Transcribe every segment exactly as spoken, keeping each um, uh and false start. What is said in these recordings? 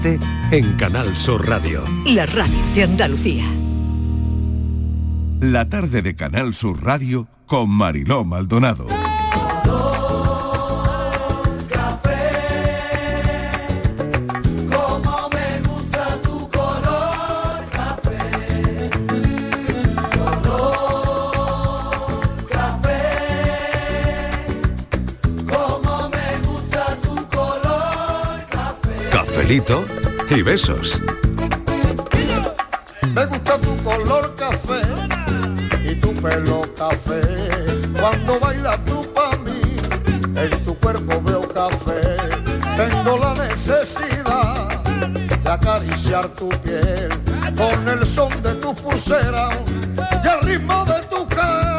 En Canal Sur Radio. La radio de Andalucía. La tarde de Canal Sur Radio con Mariló Maldonado. Cafelito y besos. Me gusta tu color café y tu pelo café. Cuando bailas tú pa' mí, en tu cuerpo veo café. Tengo la necesidad de acariciar tu piel con el son de tus pulseras y el ritmo de tu cara.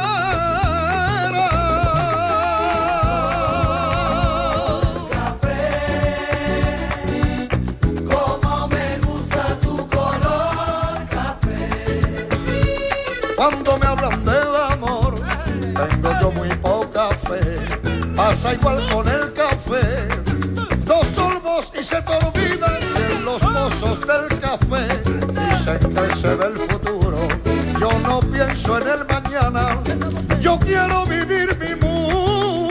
Cuando me hablan del amor, tengo yo muy poca fe. Pasa igual con el café. Dos sorbos y se te olvidan de los mozos del café. Dicen que se ve el futuro. Yo no pienso en el mañana. Yo quiero vivir mi mundo.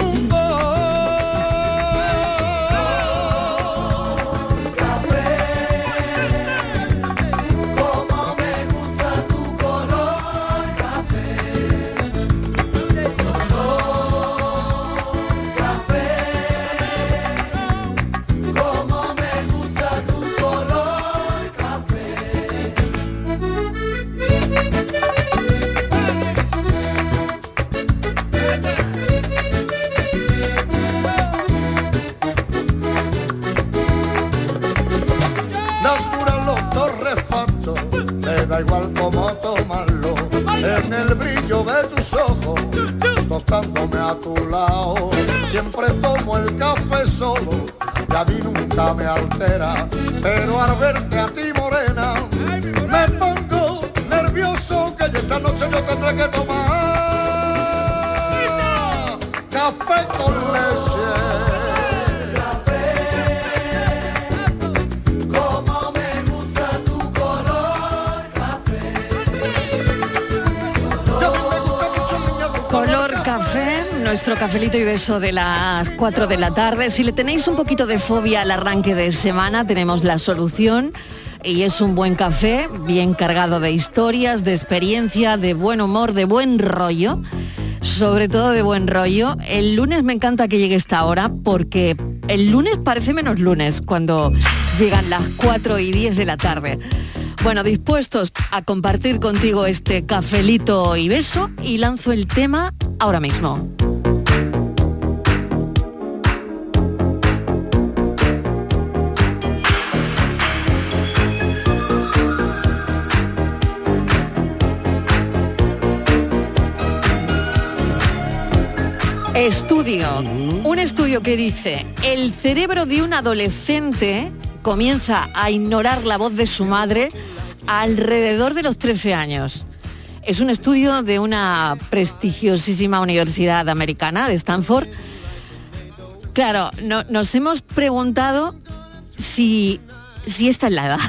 Da igual cómo tomarlo, en el brillo de tus ojos, tostándome a tu lado. Siempre tomo el café solo, y a mí nunca me altera, pero al verte a ti morena, me pongo nervioso, que ya esta noche yo tendré que tomar café con leche. Nuestro cafelito y beso de las cuatro de la tarde. Si le tenéis un poquito de fobia al arranque de semana, tenemos la solución. Y es un buen café, bien cargado de historias, de experiencia, de buen humor, de buen rollo. Sobre todo de buen rollo. El lunes me encanta que llegue esta hora, porque el lunes parece menos lunes cuando llegan las cuatro y diez de la tarde. Bueno, dispuestos a compartir contigo este cafelito y beso, y lanzo el tema ahora mismo. Estudio, un estudio que dice: el cerebro de un adolescente comienza a ignorar la voz de su madre alrededor de los trece años. Es un estudio de una prestigiosísima universidad americana, de Stanford. Claro, no, nos hemos preguntado si, si esta es la edad.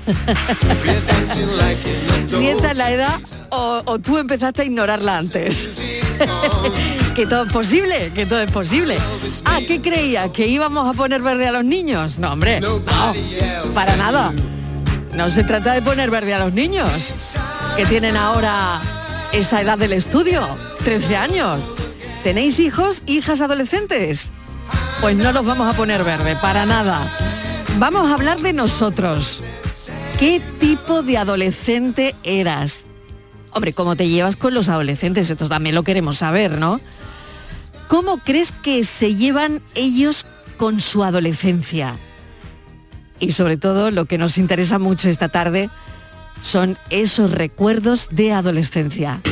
Si esta es la edad o, o tú empezaste a ignorarla antes. Que todo es posible, que todo es posible. Ah, ¿qué creías? ¿Que íbamos a poner verde a los niños? No, hombre, no, para nada. No se trata de poner verde a los niños, que tienen ahora esa edad del estudio, trece años. ¿Tenéis hijos, hijas adolescentes? Pues no los vamos a poner verde, para nada. Vamos a hablar de nosotros. ¿Qué tipo de adolescente eras? Hombre, ¿cómo te llevas con los adolescentes? Esto también lo queremos saber, ¿no? ¿Cómo crees que se llevan ellos con su adolescencia? Y sobre todo, lo que nos interesa mucho esta tarde son esos recuerdos de adolescencia.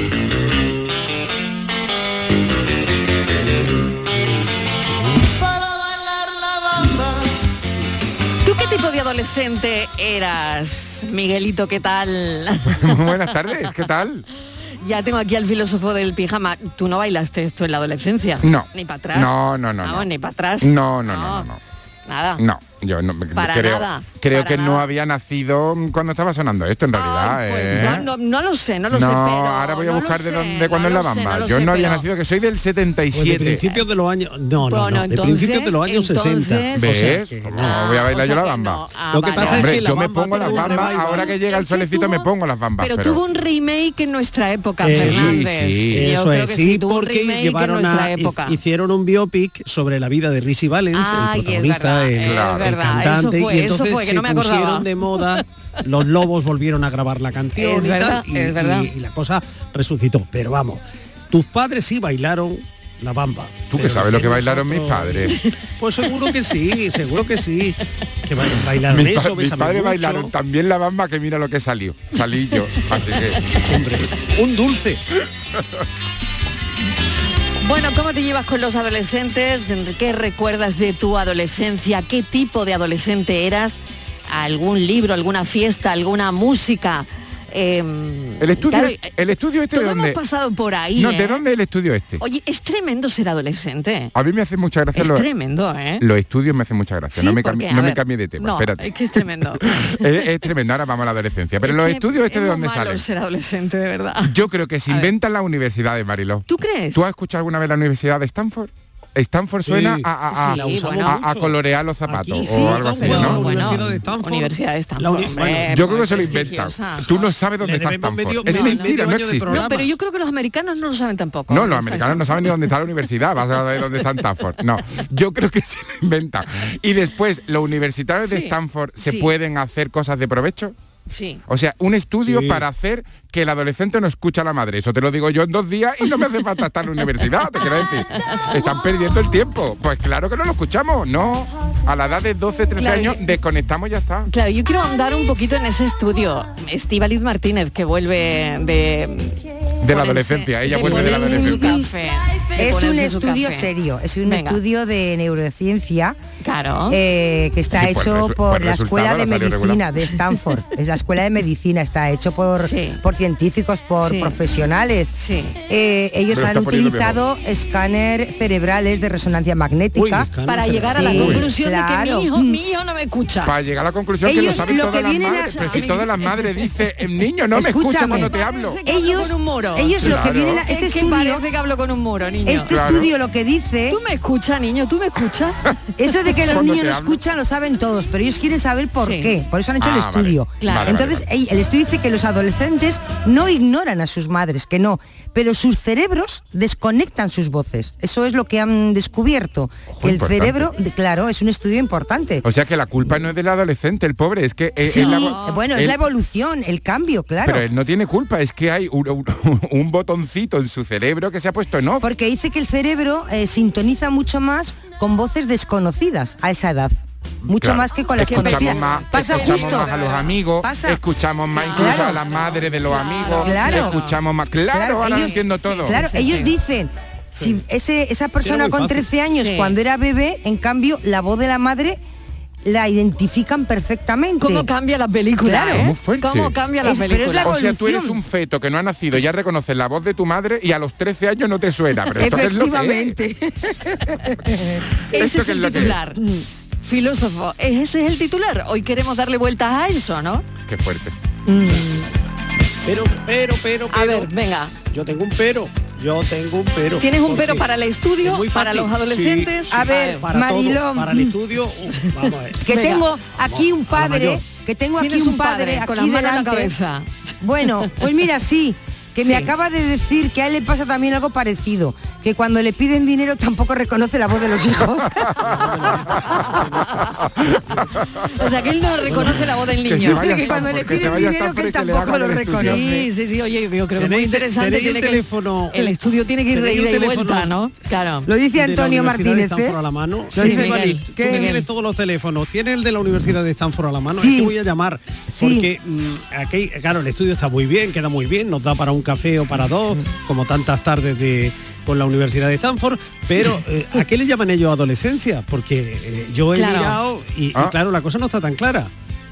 ¿Tú qué tipo de adolescente eras, Miguelito? ¿Qué tal? Buenas tardes, ¿qué tal? Ya tengo aquí al filósofo del pijama. ¿Tú no bailaste esto en la adolescencia? No. ¿Ni para atrás? No, no, no. Vamos, no. ni para atrás. No, no, no, no, no. Nada. No, yo no Para creo, nada. creo para que nada. no había nacido cuando estaba sonando esto, en realidad. Ay, pues, ¿eh? no, no, no lo sé, no lo no, sé, pero ahora voy a no buscar lo de sé, dónde, cuándo no es la lo sé, bamba. no lo Yo sé, no había pero- nacido, que soy del setenta y Pues de siete. principios de los años... No, no, Bueno, no, de entonces- principios de los años sesenta. entonces- O sea ¿Ves? que ¿Cómo no. voy a bailar o sea yo la que bamba? no. Ah, Lo que vale. pasa es Hombre, que la yo me bamba pongo las tuvo un bambas, revival. ahora que llega el Es que solecito tuvo- me pongo las bambas. Pero, Pero, tuvo un remake en nuestra época, Eh, Fernández. sí, Yo Eso creo es, que sí, sí, tuvo un porque remake en llevaron nuestra a, época. hicieron un biopic sobre la vida de Richie Valens, Ay, el es protagonista, verdad, el, es el verdad, cantante, eso fue, y eso entonces fue, que no me se acordaba. pusieron de moda, los Lobos volvieron a grabar la canción Es y verdad, tal, y, es verdad. y- y la cosa resucitó. Pero vamos, tus padres sí bailaron la bamba. Tú que pero sabes lo que nosotros- bailaron mis padres. Pues seguro que sí, seguro que sí. Que ba- bailaron Mis, pa- eso, mis Bésame padres mucho. bailaron también la bamba, que mira lo que salió. Salí yo. Así que... Hombre, un dulce. Bueno, ¿cómo te llevas con los adolescentes? ¿Qué recuerdas de tu adolescencia? ¿Qué tipo de adolescente eras? ¿Algún libro, alguna fiesta, alguna música? Eh, El estudio, claro, el estudio este todo de dónde. hemos pasado por ahí. No, ¿eh? ¿de dónde es el estudio este? Oye, es tremendo ser adolescente. A mí me hace mucha gracia Es los, tremendo, ¿eh? los estudios, me hacen mucha gracia. Sí, no me, ¿por cambi- qué? A no me ver, cambie de tema, no, espérate. es que es tremendo. es, es tremendo, ahora vamos a la adolescencia. Pero Es los que estudios este es de muy dónde malo salen. ser adolescente, de verdad. Yo creo que se A ver. inventan las universidades, Mariló. ¿Tú crees? ¿Tú has escuchado alguna vez la Universidad de Stanford? Stanford suena Sí, a, a- a- sí, a- bueno. a- a colorear los zapatos Aquí sí, o algo así, pero ¿no? bueno, Universidad de Stanford. Universidad de Stanford, La uni- hombre, bueno, Yo muy creo que se lo inventan. prestigiosa. Tú no sabes dónde Le está debemos Stanford. medio- es no, mentira, medio no año de existe. programa. No, pero yo creo que los americanos no lo saben tampoco. No, ¿Dónde los está americanos no saben ni dónde está la universidad, vas a ver dónde está Stanford. No, yo creo que se lo inventan. Y después, ¿los universitarios de Sí, Stanford se sí. pueden hacer cosas de provecho? Sí. O sea, un estudio Sí. para hacer que el adolescente no escucha a la madre. Eso te lo digo yo en dos días y no me hace falta estar en la universidad, te quiero decir. Están perdiendo el tiempo. Pues claro que no lo escuchamos, no. A la edad de doce, trece Claro, años y- desconectamos y ya está. Claro, yo quiero ahondar un poquito en ese estudio. Estíbaliz Martínez, que vuelve de... De la ponerse- adolescencia, ella de vuelve de la ponerse su adolescencia. café, de Es un ponerse su estudio café. serio, es un Venga. estudio de neurociencia Claro. eh, que está Sí, pues hecho resu- por pues la resultado, Escuela de la salió Medicina regular. de Stanford. Es la Escuela de Medicina, está hecho por, Sí. por científicos, por Sí. profesionales. Sí. Eh, ellos Me lo han está poniendo utilizado escáner cerebrales de resonancia magnética. Uy, escáner Para cerebral. llegar a la Sí, conclusión de que claro. mi hijo, mi hijo no me escucha. Para llegar a la conclusión que lo Ellos saben lo todas que las vienen a- madres. Pero si a mí- todas las madres dicen, el niño no me escucha Escúchame. cuando te hablo. Parece que hablo Ellos, con un muro. ellos lo que Claro. vienen a, Es este que estudio, parece que hablo con un muro, niño. este Claro. estudio lo que dice, ¿Tú me escuchas, niño? ¿Tú me escuchas? eso de que los Cuando niños te no hablo. escuchan lo saben todos, pero ellos quieren saber por Sí. qué. Por eso han hecho Ah, el vale. estudio. Claro. Vale, Entonces, vale, ey, el estudio dice que los adolescentes no ignoran a sus madres, que no, pero sus cerebros desconectan sus voces. Eso es lo que han descubierto. Ojo, que el importante. cerebro, de- claro, es un estudio importante. O sea que la culpa no es del adolescente, el pobre, es que es, Sí, es la, eh, bueno, es él- la evolución, el cambio, claro. Pero él no tiene culpa, es que hay un, un- un botoncito en su cerebro que se ha puesto en off. Porque dice que el cerebro eh, sintoniza mucho más con voces desconocidas a esa edad. Mucho Claro. más que con las escuchamos conocidas. más, Pasa escuchamos justo. más a los amigos, Pasa- escuchamos más incluso Claro. a las madres de los amigos, Claro. escuchamos más. Claro, Claro, ahora ellos- entiendo todo. Claro, Sí, ellos sí. dicen, si ese, esa persona muy con fácil. trece años, Sí. cuando era bebé, en cambio, la voz de la madre la identifican perfectamente. ¿Cómo cambia la película? Claro. eh? Muy fuerte. ¿Cómo cambia la Es- pero es película? la O sea, tú eres evolución. un feto que no ha nacido, ya reconoces la voz de tu madre y a los trece años no te suena. Pero esto es lo que es. Efectivamente. Ese ¿Esto es qué es el lo que titular. Filósofo, ese es el titular. Hoy queremos darle vueltas a eso, ¿no? Qué fuerte. Pero, pero, pero, A pero. ver, venga. Yo tengo un pero. Yo tengo un pero. ¿Tienes un Porque pero para el es estudio, muy para fácil. los adolescentes? Sí, A sí, ver, para Mariló. todo, para el estudio, uh, vamos a ver. Que Venga. tengo aquí un a la padre, mayor. que tengo aquí Tienes un padre, con aquí las manos en la delante. cabeza. Bueno, pues mira, sí, que Sí. me acaba de decir que a él le pasa también algo parecido, que cuando le piden dinero tampoco reconoce la voz de los hijos. O sea, que él no reconoce la voz del Que se niño. vaya que a cuando le Stanford, que se piden vaya a dinero que él Stanford y que le tampoco hagan lo el estudio. reconoce. Sí, sí, sí, oye, yo creo que es muy Tenéis- interesante. tenéis Tiene un que, teléfono- el estudio tiene que ir de tenéis un ida y teléfono- vuelta, ¿no? Claro. Lo dice De la Antonio Universidad de Martínez, Stanford ¿eh? a la mano. Sí, Sí, Miguel, Miguel, tú ¿qué? que Miguel. tienes todos los teléfonos, ¿tienes el de la Universidad de Stanford a la mano? Sí. Es que voy a llamar, Sí. porque mm, aquí, claro, el estudio está muy bien, queda muy bien, nos da para un café o para dos, como tantas tardes de con la Universidad de Stanford, pero eh, ¿a qué le llaman ellos adolescencia? Porque eh, yo he Claro. mirado y, y Ah. claro, la cosa no está tan clara.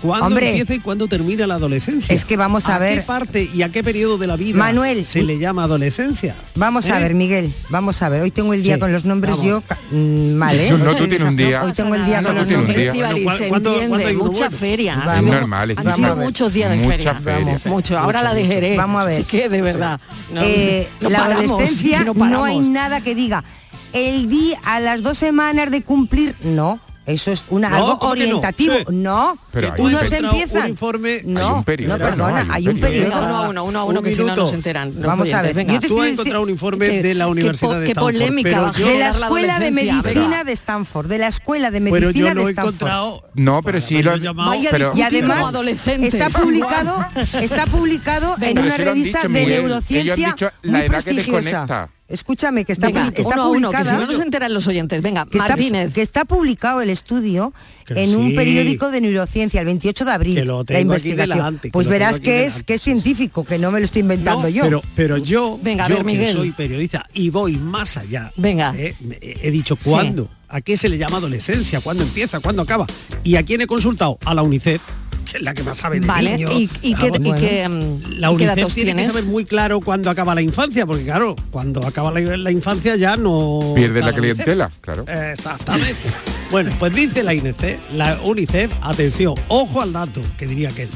¿Cuándo Hombre, empieza y cuándo termina la adolescencia? Es que vamos a, ¿A ver... qué parte y a qué periodo de la vida Manuel, se le llama adolescencia? Vamos ¿Eh? a ver, Miguel, vamos a ver. Hoy tengo el día Sí, con los nombres vamos. yo ca- mm, mal, ¿eh? No, Hoy tú estoy tienes un día. Hoy tengo el día No, con tú los tienes un nombres. día. Estivaliz, Bueno, se ¿cuándo- entiende, cuándo hay uno mucha bueno? feria. Han Vamos. sido- Normal, Han vamos sido a ver. muchos días de Mucha feria. feria. Vamos, mucho. Ahora la de Jerez. Vamos a ver. Así que, de verdad. No, Eh, no la paramos, adolescencia no no, paramos. hay nada que diga el día a las dos semanas de cumplir, no. Eso es una, No, algo ¿cómo que no? orientativo. Sí. No, Pero hay uno un se periodo. empieza. Un informe- No, Hay un periodo, no, perdona, no, hay un periodo. periodo. Venga, uno a uno, uno a uno, Un que si no minuto. nos enteran. los Vamos a oyentes. ver, Venga. yo te Tú has estoy encontrado un informe Que- de la que Universidad po- de qué Stanford, polémica pero va a yo- De la generar la Escuela de adolescencia. Medicina Venga. de Stanford, de la Escuela de Pero Medicina yo no de he Stanford. encontrado... No, pero sí lo... llamado... Vaya pero- discutir Y además como adolescentes. está publicado, está publicado en Pero una sí lo han revista dicho, de Miguel. neurociencia Ellos han dicho la muy edad que prestigiosa. desconecta. Escúchame, que está, Venga, está uno a uno, que si publicada. no nos enteran los oyentes. Venga, que está, Martínez. que está publicado el estudio Que en un sí. periódico de neurociencia el veintiocho de abril. Que lo la tengo aquí investigación. delante, que pues lo verás tengo aquí que es delante, que es sí, sí. científico, que no me lo estoy inventando No, yo. Pero, pero yo, Venga, a yo ver, que Miguel. soy periodista y voy más allá. Venga. eh, me- he dicho cuándo, a qué se le llama adolescencia, cuándo empieza, cuándo acaba. ¿Y a quién he consultado? A la UNICEF, que es la que más sabe de Vale, niños. ¿y, y qué, Vamos, y bueno. qué, mm, la y qué UNICEF datos tiene tienes? que saber muy claro cuándo acaba la infancia, porque claro, cuando acaba la, la infancia ya no... Pierde está la clientela, UNICEF. claro. Exactamente. Bueno, pues dice la UNICEF, la UNICEF, atención, ojo al dato, que diría aquel.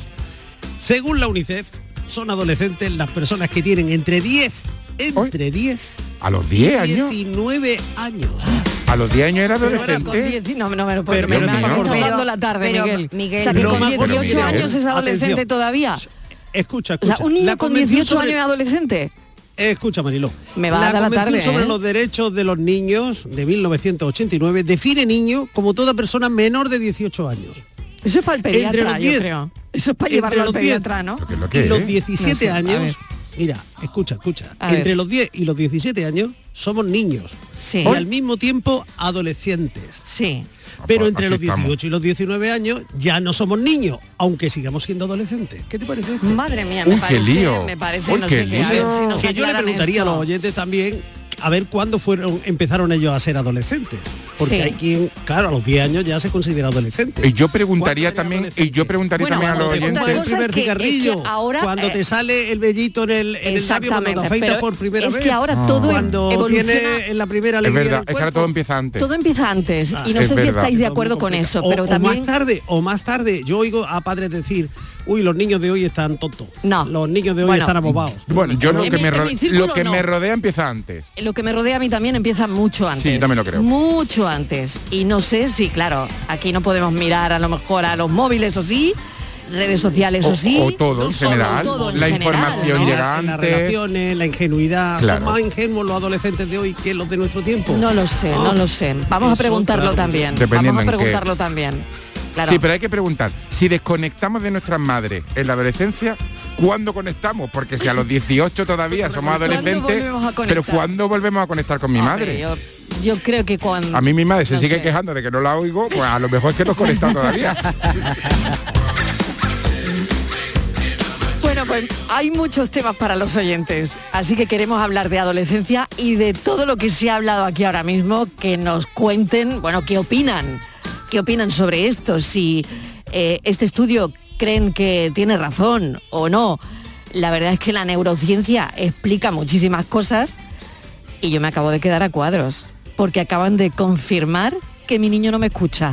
Según la UNICEF, son adolescentes las personas que tienen entre diez, entre diez A los y diez años. diecinueve años. A los diez años era Con adolescente. diez, no, no me lo puedo Pero, creer, pero, me pero, está pero- dando la tarde, pero, Miguel. Miguel, O sea, que lo con más dieciocho bonito, años Miguel, es adolescente atención. todavía. Escucha, O escucha. sea, un niño La con Convención dieciocho sobre- años es adolescente. Eh, Escucha, Mariló. Me va a la dar la Convención tarde, sobre ¿eh? los derechos de los niños de mil novecientos ochenta y nueve define niño como toda persona menor de dieciocho años. Eso es para el Entre pediatra, los yo diez- creo. Eso es para entre llevarlo al los diez- pediatra, ¿no? Porque es lo Y que los es. diecisiete No sé, a años, ver. mira, escucha, escucha. A Entre ver. los diez y los diecisiete años somos niños. Sí. Y al mismo tiempo adolescentes. Sí. Pero pues, entre así los estamos. dieciocho y los diecinueve años ya no somos niños, aunque sigamos siendo adolescentes. ¿Qué te parece esto? Madre mía, me Uy, qué parece, lío. me parece, Uy, no qué sé qué, a ver lío. si nos Que yo le aclaran preguntaría esto. a los oyentes también a ver cuándo fueron empezaron ellos a ser adolescentes. Porque Sí. hay quien, claro, a los diez años ya se considera adolescente. Y yo preguntaría ¿Cuándo eres también, y yo preguntaría Bueno, también a los otra Cuando te oyentes. fumas el cosa es primer que- cigarrillo, es que ahora, cuando eh, te sale el vellito en el, en el labio, cuando te Exactamente, afeitas pero por primera es vez. que ahora Ah. todo cuando evoluciona. tienes en la primera Es alegría verdad, del es que ahora cuerpo. todo empieza antes. Todo empieza antes Ah, y no es sé si verdad. estáis de Todo acuerdo muy con complejo. eso, O- pero o también más tarde, o más tarde, yo oigo a padres decir, uy, los niños de hoy están tontos. No. Los niños de hoy Bueno. están abobados. Bueno, yo lo En que, mi- me, en ro- mi círculo lo que no. me rodea empieza antes. lo que me rodea a mí también empieza mucho antes. Sí, yo también lo creo. Mucho antes. Y no sé si, claro, aquí no podemos mirar a lo mejor a los móviles o sí, redes sociales o, O- sí. o todo en general. todo en La general, información ¿no? llega En las antes. relaciones, la ingenuidad. Claro. ¿Son más ingenuos los adolescentes de hoy que los de nuestro tiempo? No lo sé, no Ah, lo sé. Vamos a eso, preguntarlo claro. también. Dependiendo Vamos a en qué. preguntarlo también. Claro. Sí, pero hay que preguntar, si desconectamos de nuestras madres en la adolescencia, ¿cuándo conectamos? Porque si a los dieciocho todavía somos ¿Cuándo adolescentes, volvemos a conectar? pero ¿cuándo volvemos a conectar con mi Hombre, madre? Yo, yo creo que cuando... A mí mi madre se no sigue sé. quejando de que no la oigo, pues a lo mejor es que no conecta todavía. Bueno, pues hay muchos temas para los oyentes, así que queremos hablar de adolescencia y de todo lo que se ha hablado aquí ahora mismo, que nos cuenten, bueno, qué opinan, qué opinan sobre esto, si eh, este estudio creen que tiene razón o no. La verdad es que la neurociencia explica muchísimas cosas y yo me acabo de quedar a cuadros, porque acaban de confirmar que mi niño no me escucha.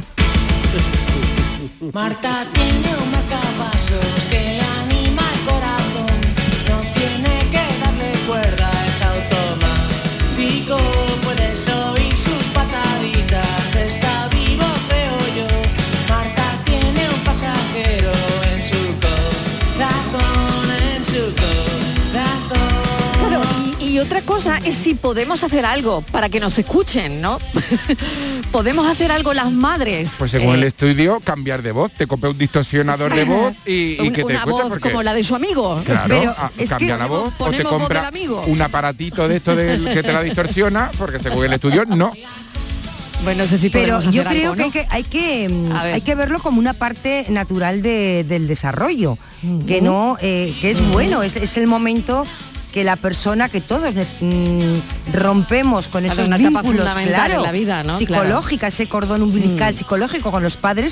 Marta tiene un marcapasos que le anima el corazón. No tiene que darle cuerda, es automático. Puedes oír sus pataditas, está vivo, creo yo. Marta tiene un pasajero en su corazón, en su corazón. Claro, y, y otra cosa es si podemos hacer algo para que nos escuchen, ¿no? Podemos hacer algo las madres. Pues según Eh, el estudio, cambiar de voz, te compra un distorsionador de voz y, y un- que te una escuche voz porque... como la de su amigo. Claro, Pero a- es cambia que la voz o te ponemos voz compra del amigo. un aparatito de esto del que te la distorsiona, porque según el estudio, no. Bueno, no sé si Pero podemos yo hacer creo algo, ¿no? que, hay que hay que mm, A ver. hay que verlo como una parte natural de- del desarrollo, que no eh, que es bueno, es, es el momento que la persona, que todos mm, rompemos con Claro, esos una etapa vínculos, fundamental claro, en la vida, ¿no? psicológica, ese cordón umbilical psicológico con los padres,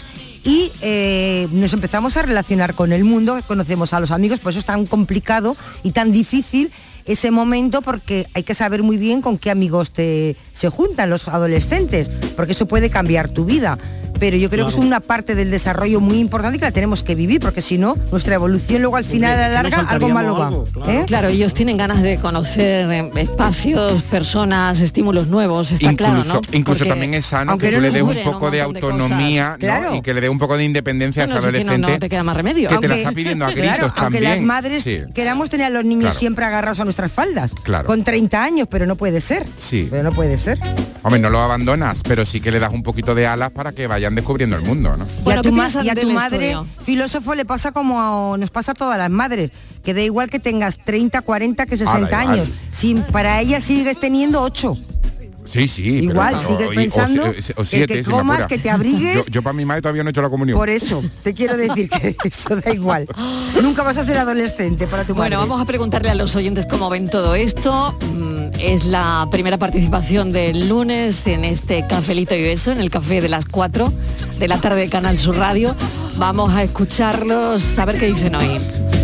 y eh, nos empezamos a relacionar con el mundo, conocemos a los amigos, por eso es tan complicado y tan difícil ese momento, porque hay que saber muy bien con qué amigos te, se juntan los adolescentes, porque eso puede cambiar tu vida. Pero yo creo claro. que es una parte del desarrollo muy importante que la tenemos que vivir, porque si no, nuestra evolución luego al final, a la larga, algo malo va. Algo, claro. ¿Eh? Claro, ellos tienen ganas de conocer espacios, personas, estímulos nuevos, está incluso, claro, ¿no? Incluso porque, también es sano que tú le des un poco un de autonomía, de ¿no? claro. y que le dé un poco de independencia bueno, a ese adolescente. No, no te queda más remedio. Que aunque, te la está pidiendo a gritos claro, también. Aunque las madres sí. queramos tener a los niños claro. siempre agarrados a nuestras faldas, claro. con treinta años, pero no puede ser. Sí. Pero no puede ser. Hombre, no lo abandonas, pero sí que le das un poquito de alas para que vayan descubriendo el mundo. ¿No? Bueno, y a tu, ma y a tu madre, estudio? filósofo, le pasa como a, nos pasa a todas las madres, que da igual que tengas treinta, cuarenta, que sesenta ah, años. Si para ella sigues teniendo ocho. Sí, sí. Igual, pero, sigues pensando o, o, o siete, que, que comas, si que te abrigues. Yo, yo para mi madre todavía no he hecho la comunión. Por eso, te quiero decir que eso da igual. Nunca vas a ser adolescente para tu madre. Bueno, vamos a preguntarle a los oyentes cómo ven todo esto. Es la primera participación del lunes en este Cafelito y Beso, en el café de las cuatro de la tarde de Canal Sur Radio. Vamos a escucharlos, a ver qué dicen hoy.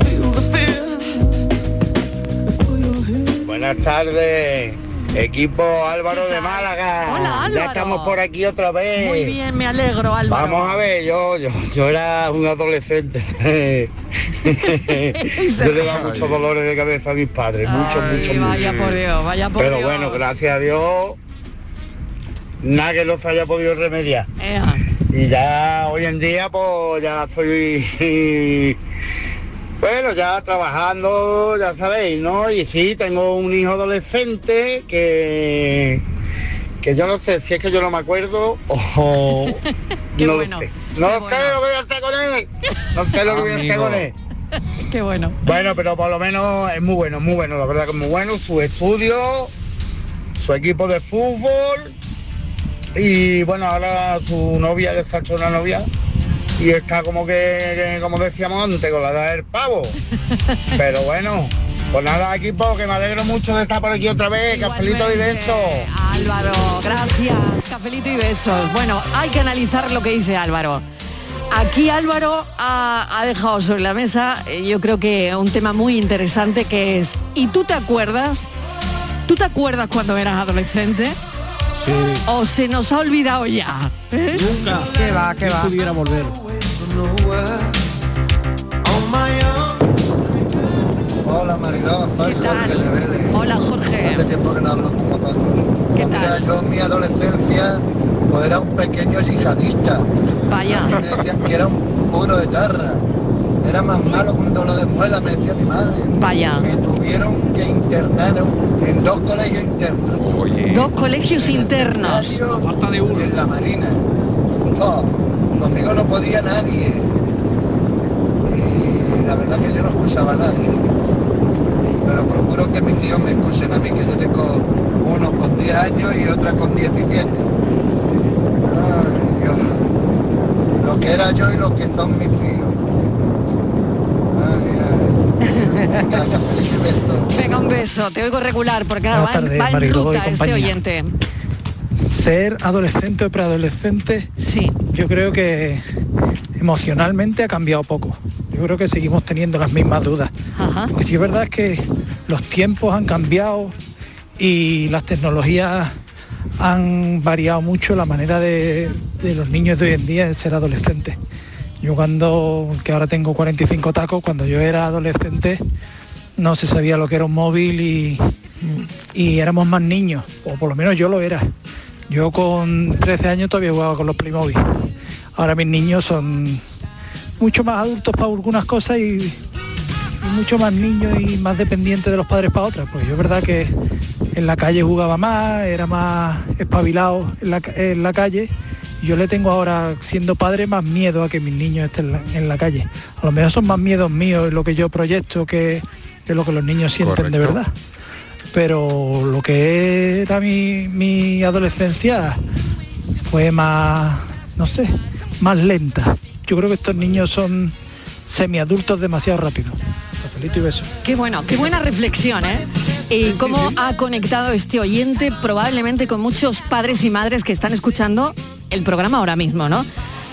Buenas tardes, equipo Álvaro de Málaga. Hola, Álvaro. Ya estamos por aquí otra vez. Muy bien, me alegro, Álvaro. Vamos a ver, yo, yo, yo era un adolescente. Yo le daba muchos dolores de cabeza a mis padres, muchos, muchos, muchos. Vaya por Dios, vaya por Pero Dios. bueno, gracias a Dios, nada que no se haya podido remediar. Ea. Y ya hoy en día, pues ya soy, bueno, ya trabajando, ya sabéis, ¿no? Y sí, tengo un hijo adolescente que, que yo no sé si es que yo no me acuerdo o no bueno, lo sé. No sé bueno. lo que voy a hacer con él. No sé lo que voy a hacer con él. Qué bueno. Bueno, pero por lo menos es muy bueno, muy bueno, la verdad que es muy bueno. Su estudio, su equipo de fútbol y bueno, ahora su novia, que se ha hecho una novia y está como que, que como decíamos antes, con la edad del pavo. Pero bueno, pues nada, equipo, que me alegro mucho de estar por aquí otra vez. Igualmente, cafelito y besos. Álvaro, gracias. Cafelito y besos. Bueno, hay que analizar lo que dice Álvaro. Aquí Álvaro ha, ha dejado sobre la mesa, eh, yo creo que un tema muy interesante, que es, ¿y tú te acuerdas? ¿Tú te acuerdas cuando eras adolescente? Sí. ¿O se nos ha olvidado ya? ¿Eh? Nunca. ¿Qué va, qué va? pudiera volver. Hola Mariló, soy ¿Qué tal? Jorge de Vélez. Hola Jorge. Hace tiempo que no hablo con vosotros. ¿Qué Mira, tal? yo en mi adolescencia pues era un pequeño yihadista. Vaya. Me decían que era un puro de tarra. Era más malo que un dolor de muela, me decía mi madre. Vaya. Me tuvieron que internar en, en dos colegios internos. Oye. Dos colegios internos. Falta de uno. Y en la Marina. Oh, conmigo no podía nadie. Y la verdad que yo no escuchaba a nadie. Pero procuro que mis tíos me escuchen a mí, que yo tengo uno con diez años y otra con diecisiete. Ay, Dios. Lo que era yo y lo que son mis hijos. Ay, ay. Venga, cafelito y beso. Venga, un beso. Te oigo regular porque claro, va, tardes, va en Mariló y ruta este compañía. oyente. Ser adolescente o preadolescente, Sí. yo creo que emocionalmente ha cambiado poco. Yo creo que seguimos teniendo las mismas dudas. Ajá. Lo que sí es verdad es que los tiempos han cambiado y las tecnologías han variado mucho la manera de, de los niños de hoy en día de ser adolescentes. Yo cuando, que ahora tengo cuarenta y cinco tacos, cuando yo era adolescente no se sabía lo que era un móvil y, y éramos más niños, o por lo menos yo lo era. Yo con trece años todavía jugaba con los Playmobil. Ahora mis niños son mucho más adultos para algunas cosas y, y mucho más niños y más dependientes de los padres para otras. Pues yo es verdad que en la calle jugaba más, era más espabilado en la, en la calle. Yo le tengo ahora, siendo padre, más miedo a que mis niños estén en la, en la calle. A lo mejor son más miedos míos en lo que yo proyecto que, que lo que los niños sienten. Correcto. De verdad. Pero lo que era mi, mi adolescencia fue más, no sé, más lenta. Yo creo que estos niños son semiadultos demasiado rápido. Cafelito y beso. Qué bueno, qué buena reflexión, ¿eh? Y cómo ha conectado este oyente probablemente con muchos padres y madres que están escuchando el programa ahora mismo, ¿no?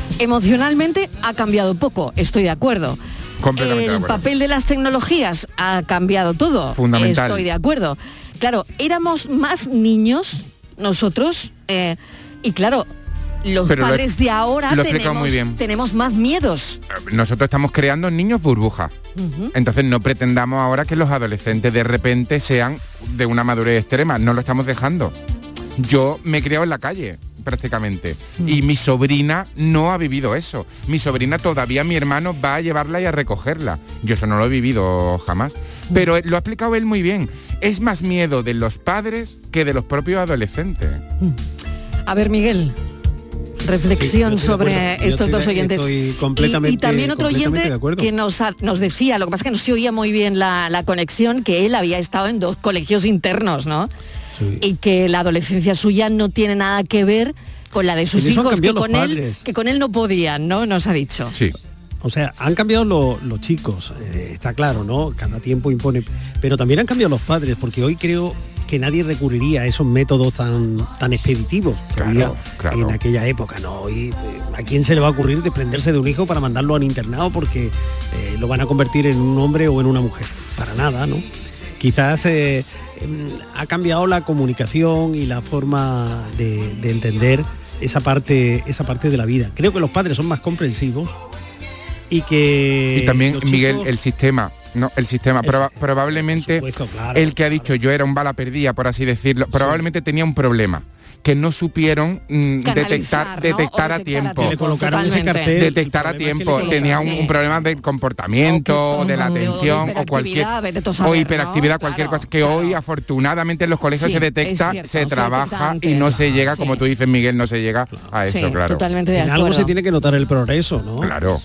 Emocionalmente ha cambiado poco, estoy de acuerdo. Completamente El de acuerdo. papel de las tecnologías ha cambiado todo. Fundamental. Estoy de acuerdo. Claro, éramos más niños nosotros eh, y claro, los Pero lo he- padres de ahora lo he explicado tenemos, muy bien. tenemos más miedos. Nosotros estamos creando niños burbuja. Ujú. Entonces no pretendamos ahora que los adolescentes de repente sean de una madurez extrema. No lo estamos dejando. Yo me he criado en la calle, prácticamente. Mm. Y mi sobrina no ha vivido eso. Mi sobrina todavía, mi hermano va a llevarla y a recogerla. Yo eso no lo he vivido jamás. Pero lo ha explicado él muy bien. Es más miedo de los padres que de los propios adolescentes. A ver, Miguel. Reflexión Sí, yo estoy de sobre acuerdo. Yo estos estoy dos de- oyentes. estoy Y- completamente- y, también otro completamente oyente de acuerdo. que nos, ha- nos decía, lo que pasa es que no se oía muy bien la, la conexión, que él había estado en dos colegios internos, ¿no? Sí. Y que la adolescencia suya no tiene nada que ver con la de sus En eso han hijos, que cambiado con los él, padres. que con él no podían, ¿no? Nos ha dicho. Sí. O sea, han cambiado lo- los chicos, eh, está claro, ¿no? Cada tiempo impone. Pero también han cambiado los padres, porque hoy creo que nadie recurriría a esos métodos tan tan expeditivos que Claro, había claro. en aquella época, ¿no? Hoy, eh, ¿a quién se le va a ocurrir desprenderse de un hijo para mandarlo al internado porque eh, lo van a convertir en un hombre o en una mujer? Para nada, ¿no? Quizás eh, em, ha cambiado la comunicación y la forma de, de entender esa parte, esa parte de la vida. Creo que los padres son más comprensivos y que Y también, los Miguel, chicos- el sistema, no, el sistema, El- proba- probablemente por supuesto, claro, el que ha dicho yo era un bala perdida, por así decirlo, probablemente tenía un problema, que no supieron mm, Canalizar, detectar, ¿no? detectar O a detectar tiempo. Que le colocaron ese Totalmente. cartel. Detectar a El problema es que tiempo, le tenía un, colocaron, un sí. problema de comportamiento, O que- de la o de atención o cualquier hiperactividad, vete tú a saber, o ¿no? hiperactividad, cualquier Claro, cosa que claro. hoy afortunadamente en los colegios Sí, se detecta, es cierto, se se trabaja detecta y no antes. se llega, Sí. como tú dices, Miguel, no se llega a eso, Sí, claro. totalmente de En algo acuerdo. se tiene que notar el progreso, ¿no? Claro.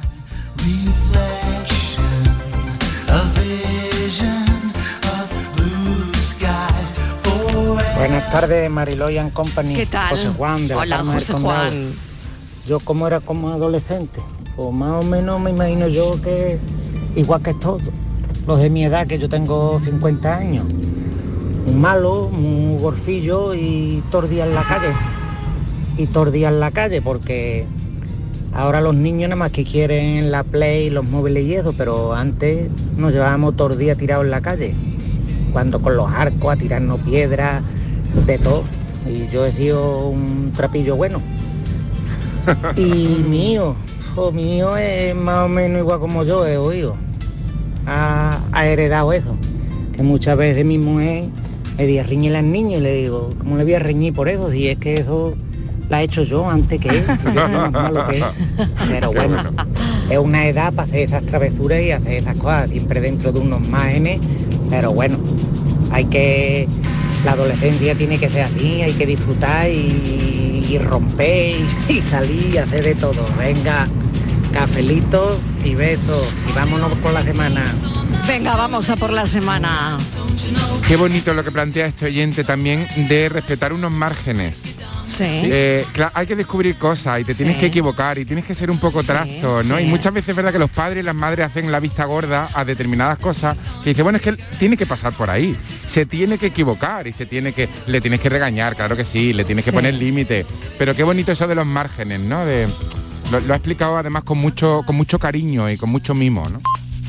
Buenas tardes, Mariloy and Company. ¿Qué tal? José Juan, de la Hola, Palma del José Condado. Juan. Yo como era como adolescente, pues más o menos me imagino yo que igual que todos, los de mi edad, que yo tengo cincuenta años. Un malo, un gorfillo y todos los días en la calle. Y todos los días en la calle, porque ahora los niños nada más que quieren la Play, los móviles y eso, pero antes nos llevábamos todos los días tirados en la calle. Cuando con los arcos a tirarnos piedras, de todo. Y yo he sido un trapillo bueno. Y mi hijo, oh, mi hijo es más o menos igual como yo he oído. Ha, ha heredado eso. Que muchas veces mi mujer me dice, riñe al niño, y le digo, ¿cómo le voy a reñir por eso? Si es que eso la he hecho yo antes que él. Yo sé más malo que él. Pero Qué bueno, bueno. es una edad para hacer esas travesuras y hacer esas cosas, siempre dentro de unos márgenes. Pero bueno, hay que... La adolescencia tiene que ser así, hay que disfrutar y, y romper y, y salir y hacer de todo. Venga, cafelito y besos y vámonos por la semana. Venga, vamos a por la semana. Qué bonito lo que plantea este oyente también de respetar unos márgenes. Sí. Eh, cla- hay que descubrir cosas y te tienes Sí. que equivocar y tienes que ser un poco Sí, trasto, ¿no? sí. Y muchas veces es verdad que los padres y las madres hacen la vista gorda a determinadas cosas que dice, bueno, es que él tiene que pasar por ahí, se tiene que equivocar y se tiene que, le tienes que regañar, claro que sí, le tienes que Sí. poner límites, pero qué bonito eso de los márgenes, ¿no? De, lo, lo ha explicado además con mucho, con mucho cariño y con mucho mimo, ¿no?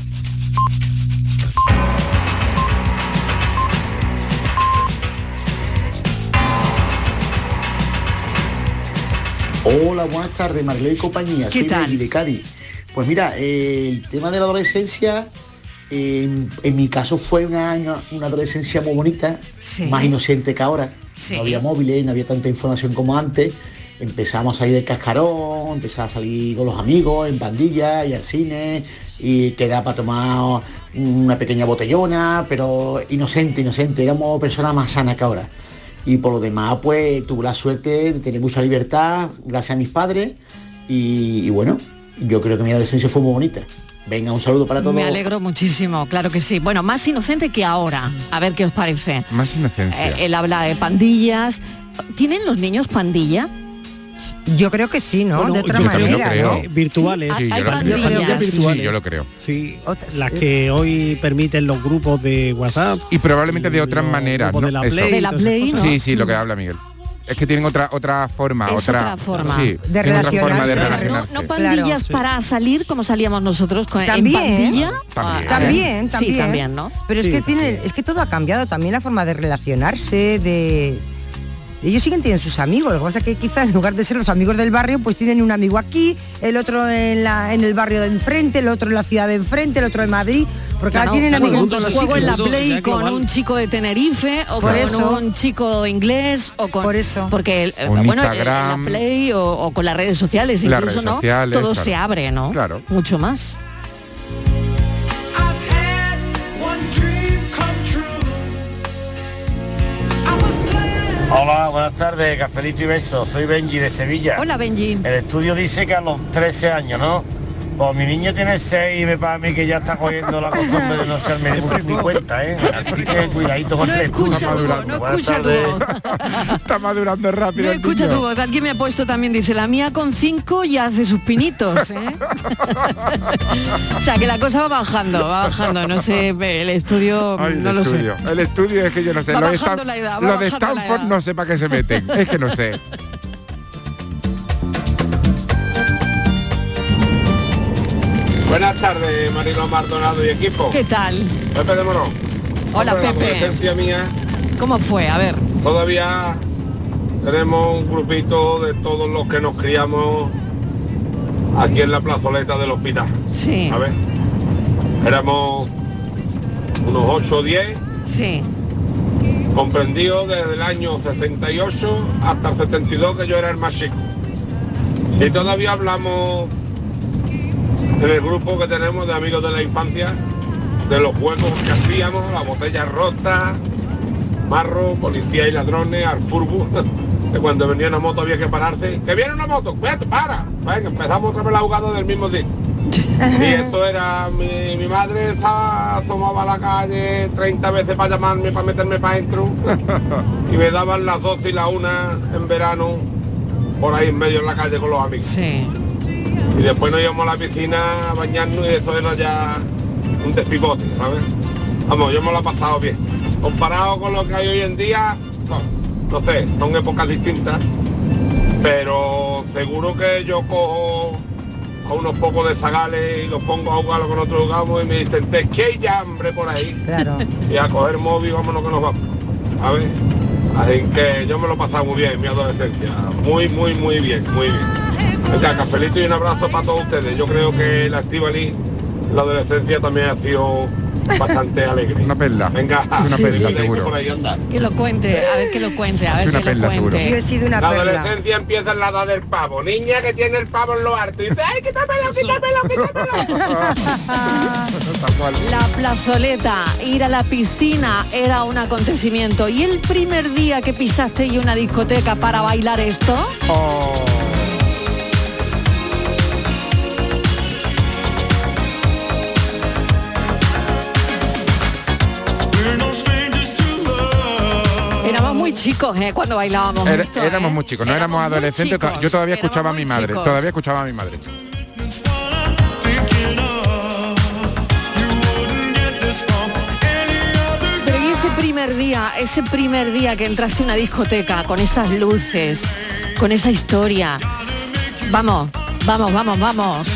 Hola, buenas tardes, Mariló y compañía. ¿Qué Soy tal? Megui de Cádiz. Pues mira, eh, el tema de la adolescencia, eh, en, en mi caso fue una, una, una adolescencia muy bonita, Sí. más inocente que ahora. Sí. No había móviles, no había tanta información como antes. Empezamos a salir del cascarón, empezaba a salir con los amigos, en pandillas y al cine, y quedaba para tomar una pequeña botellona, pero inocente, inocente. Éramos personas más sanas que ahora. Y por lo demás, pues tuve la suerte de tener mucha libertad gracias a mis padres y, y bueno, yo creo que mi adolescencia fue muy bonita. Venga, un saludo para todos. Me alegro muchísimo, claro que sí. Bueno, más inocente que ahora. A ver qué os parece. Más inocencia. Eh, él habla de pandillas. ¿Tienen los niños pandilla? Yo creo que sí, ¿no? Bueno, de otra yo también lo manera, creo. ¿no? Eh, virtuales. Sí, Sí, hay yo lo pandillas. creo. Sí, Sí, yo lo creo. Sí, Otras- las que hoy permiten los grupos de WhatsApp. Y probablemente de otras los maneras, grupos ¿no? de la Eso. Play, De la todas esas Play, cosas. ¿no? Sí, sí, lo que habla Miguel. Es que tienen otra otra forma, Es otra, otra forma. sí, De tienen otra forma de relacionarse. No, relacionarse. no pandillas Claro, sí. para salir como salíamos nosotros con, También, en pandilla. También. Ah, También, también. Sí, también, ¿no? Pero es Sí, que tiene, también. es que todo ha cambiado, también la forma de relacionarse, de ellos siguen teniendo sus amigos, lo que pasa es que quizás en lugar de ser los amigos del barrio, pues tienen un amigo aquí, el otro en la en el barrio de enfrente, el otro en la ciudad de enfrente, el otro en Madrid, porque Claro, ahora tienen claro, amigos. el mundo es así, juego en el la mundo Play ya es con global. un chico de Tenerife o Por con eso. un chico inglés o con Por eso. porque el- Un bueno en Instagram. la Play o, o con las redes sociales Las incluso redes no sociales, todo claro. se abre, ¿no? Claro. Mucho más. Hola, buenas tardes, cafelito y besos. Soy Benji de Sevilla. Hola Benji. El estudio dice que a los trece años, ¿no? Pues mi niño tiene seis y me para a mí que ya está cogiendo la costumbre de no serme ni, ni cuenta, ¿eh? Así que cuidadito con No el estudio. escucha tu voz, no Buenas escucha tu tardes. voz. Está madurando rápido. No el escucha niño. tu voz. Alguien me ha puesto también, dice, la mía con cinco ya hace sus pinitos, ¿eh? O sea, que la cosa va bajando, va bajando. No sé, el estudio, Ay, no el lo estudio. sé. El estudio es que yo no sé. Va Los de bajando Stan- la edad, va los de bajando la Stanford edad. no sé para qué se meten. Es que no sé. Buenas tardes, Marilo Maldonado y equipo. ¿Qué tal? Pepe de Morón. Hola, Hombre, Pepe. La adolescencia mía, ¿Cómo fue? A ver. todavía tenemos un grupito de todos los que nos criamos aquí en la plazoleta del hospital. Sí. A ver, éramos unos ocho o diez, Sí. comprendidos desde el año sesenta y ocho hasta el setenta y dos, que yo era el más chico. Y todavía hablamos en el grupo que tenemos de amigos de la infancia, de los juegos que hacíamos, las botellas rotas, marro, policía y ladrones, al furbo, que cuando venía una moto había que pararse. ¡Que viene una moto! ¡Vete, para! Venga, empezamos otra vez la jugada del mismo día. Y esto era, mi, mi madre se asomaba a la calle treinta veces para llamarme, para meterme para adentro, y me daban las doce y la una en verano, por ahí en medio en la calle con los amigos. Sí. Y después nos íbamos a la piscina a bañarnos y eso era ya un despipote, ¿sabes? Vamos, yo me lo he pasado bien. Comparado con lo que hay hoy en día, no, no sé, son épocas distintas, pero seguro que yo cojo a unos pocos de zagales y los pongo a jugar lo que nosotros jugamos y me dicen, te que hay hambre por ahí. Claro. Y a coger móvil, vámonos que nos vamos. A ver, así que yo me lo he pasado muy bien en mi adolescencia. Muy, muy, muy bien, muy bien. Venga, cafelito y un abrazo para todos ustedes. Yo creo que la Estíbaliz, la adolescencia también ha sido bastante alegre. Una perla. Venga, Una sí, perla, que tengo seguro. por ahí andar. Que lo cuente, a ver que lo cuente, a ver Es una que lo perla, seguro. cuente. Yo he sido una La perla. adolescencia empieza en la edad del pavo. Niña que tiene el pavo en lo alto. Y dice, ¡ay, quítamelo, quítamelo, quítamelo! Tal cual. La plazoleta, ir a la piscina era un acontecimiento. ¿Y el primer día que pisaste y una discoteca para bailar esto? Oh. Éramos muy chicos, ¿eh? Cuando bailábamos Era- esto, éramos ¿eh? muy chicos, no éramos, muy adolescentes. chicos, Yo todavía éramos escuchaba a muy mi madre. chicos. Todavía escuchaba a mi madre. Pero y ese primer día, ese primer día que entraste a una discoteca con esas luces, con esa historia. Vamos, vamos, vamos, vamos.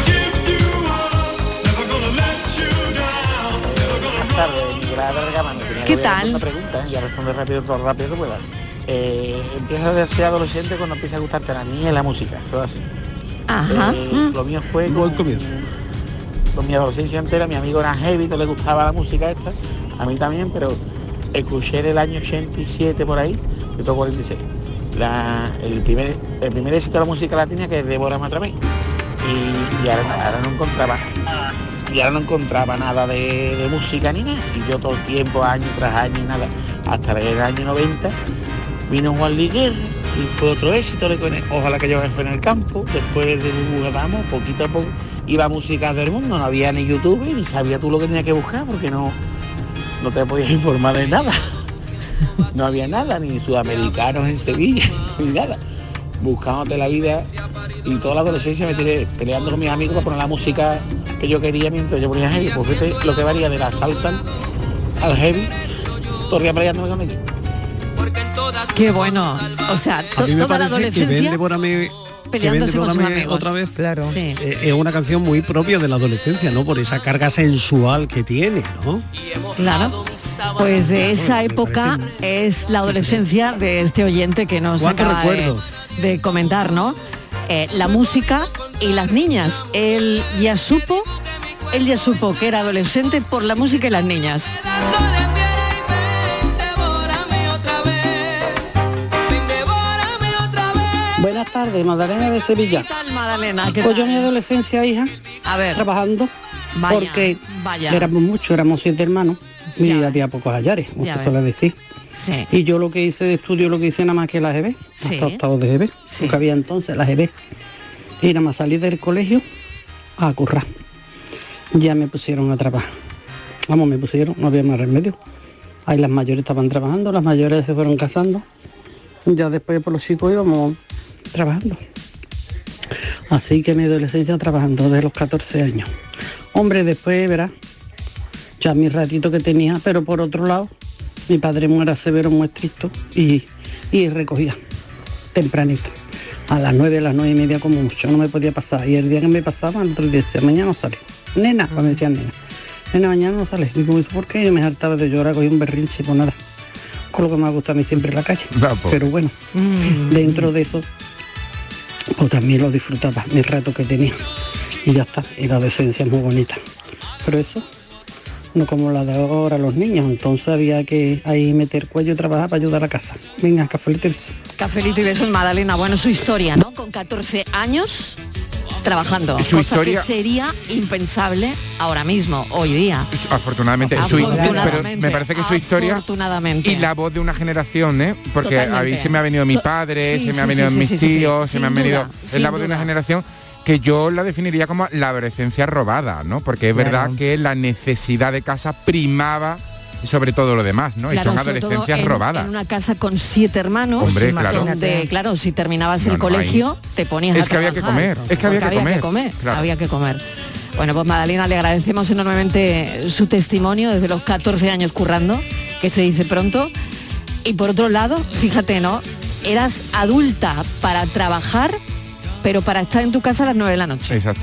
Buenas tardes, Nicolás de Bergama. Me tenía ¿Qué que hacer tal? una pregunta, ¿eh? Ya responde rápido, todo rápido que pueda. Eh, empiezas a ser adolescente cuando empieza a gustarte la niña y la música, eso es así. Ajá. Eh, Mm. Lo mío fue con, con mi adolescencia entera, mi amigo era heavy, no le gustaba la música esta, a mí también, pero escuché en el año ochenta y siete por ahí, yo tengo cuarenta y seis, la, el, primer, el primer éxito de la música latina, que es Devórame otra vez, y, y ahora, ahora no encontraba y ahora no encontraba nada de, de música ni nada, y yo todo el tiempo, año tras año, nada, hasta el año noventa, vino Juan Luis Guerra, y fue otro éxito, le pone, ojalá que yo me fue en el campo, después de Bugadamo, poquito a poco, iba a música del mundo, no había ni YouTube, ni sabía tú lo que tenías que buscar, porque no, no te podías informar de nada, no había nada, ni sudamericanos en Sevilla, ni nada, buscándote la vida, y toda la adolescencia me tiré peleando con mis amigos para poner la música que yo quería mientras yo ponía heavy, pues fíjate lo que varía de la salsa al heavy, todo el día peleándome con ellos. Porque en todas Qué bueno. O sea, to- A mí me toda la parece que Ven, adolescencia Devórame, que Ven, peleándose con sus Devórame amigos. otra vez. Claro. Sí. Eh, es una canción muy propia de la adolescencia, ¿no? Por esa carga sensual que tiene, ¿no? Claro. Pues de esa época es la adolescencia de este oyente que nos ¿Cuántos acaba de, recuerdos? de comentar, ¿no? Eh, la música y las niñas. Él ya supo, él ya supo que era adolescente por la música y las niñas. Buenas tardes, Magdalena de Sevilla. ¿Qué tal, Magdalena? ¿Qué Pues yo tal? mi adolescencia, hija, A ver, trabajando, Vaya, porque vaya. éramos muchos, éramos siete hermanos, y Ya. había pocos hallares, como Ya se suele ves. decir. sí. Y yo lo que hice de estudio, lo que hice nada más que la G B, Sí. hasta octavo de G B, Sí. lo que había entonces, la G B. Y nada más salí del colegio a currar. Ya me pusieron a trabajar. Vamos, me pusieron, no había más remedio. Ahí las mayores estaban trabajando, las mayores se fueron casando. Ya después por los chicos íbamos trabajando. Así que mi adolescencia trabajando desde los catorce años. Hombre, después, verás, ya mi ratito que tenía, pero por otro lado, mi padre muy era severo, muy estricto y, y recogía tempranito. A las nueve, a las nueve y media como mucho, no me podía pasar. Y el día que me pasaba, el otro día decía, mañana no sale. Nena, pues me decían nena. Nena, mañana no sale. Digo, ¿por qué? Yo me hartaba de llorar, cogí un berrinche, pues nada. Con lo que me ha gustado a mí siempre en la calle. No, pues. Pero bueno, dentro de eso, pues también lo disfrutaba, mi rato que tenía. Y ya está, y la adolescencia es muy bonita. Pero eso, no como la de ahora los niños, entonces había que ahí meter cuello y trabajar para ayudar a la casa. Venga, cafelito y beso. Cafelito y besos, Magdalena. Bueno, su historia, ¿no? Con catorce años trabajando. Su cosa historia- que sería impensable ahora mismo, hoy día. Afortunadamente, su- pero Afortunadamente. me parece que su historia Afortunadamente. y la voz de una generación, ¿eh? Porque a mí Totalmente. se me ha venido mi To- padre, sí, se me ha sí, venido sí, mis sí, sí, sí, tíos, sí. se me han Sin venido... duda, Es sin la voz de una duda. generación que yo la definiría como la adolescencia robada, ¿no? Porque es Claro. verdad que la necesidad de casa primaba sobre todo lo demás, ¿no? Claro, y son sobre todo adolescencias en, robadas. en una casa con siete hermanos, Hombre, claro. donde, claro, si terminabas No, el no, colegio, ahí- te ponías Es a que había que trabajar. comer, es que había Porque que comer, claro. había que comer. Bueno, pues Magdalena, le agradecemos enormemente su testimonio desde los catorce años currando, que se dice pronto. Y por otro lado, fíjate, ¿no? Eras adulta para trabajar, pero para estar en tu casa a las nueve de la noche. Exacto.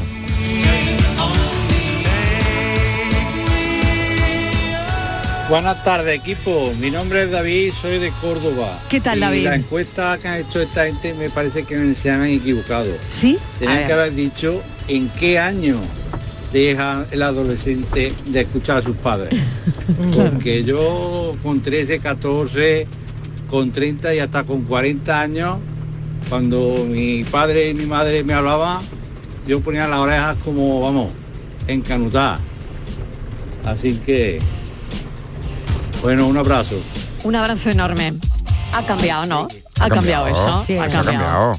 Buenas tardes, equipo. Mi nombre es David, soy de Córdoba. ¿Qué tal, Y David? la encuesta que han hecho esta gente me parece que se han equivocado. ¿Sí? A Tenían ver. que haber dicho en qué año deja el adolescente de escuchar a sus padres. Porque yo con trece, catorce, con treinta y hasta con cuarenta años, cuando mi padre y mi madre me hablaban, yo ponía las orejas como, vamos, encanutadas. Así que, bueno, un abrazo. Un abrazo enorme. Ha cambiado, ¿no? Ha, Ha cambiado, cambiado. eso. Sí, ha ha cambiado.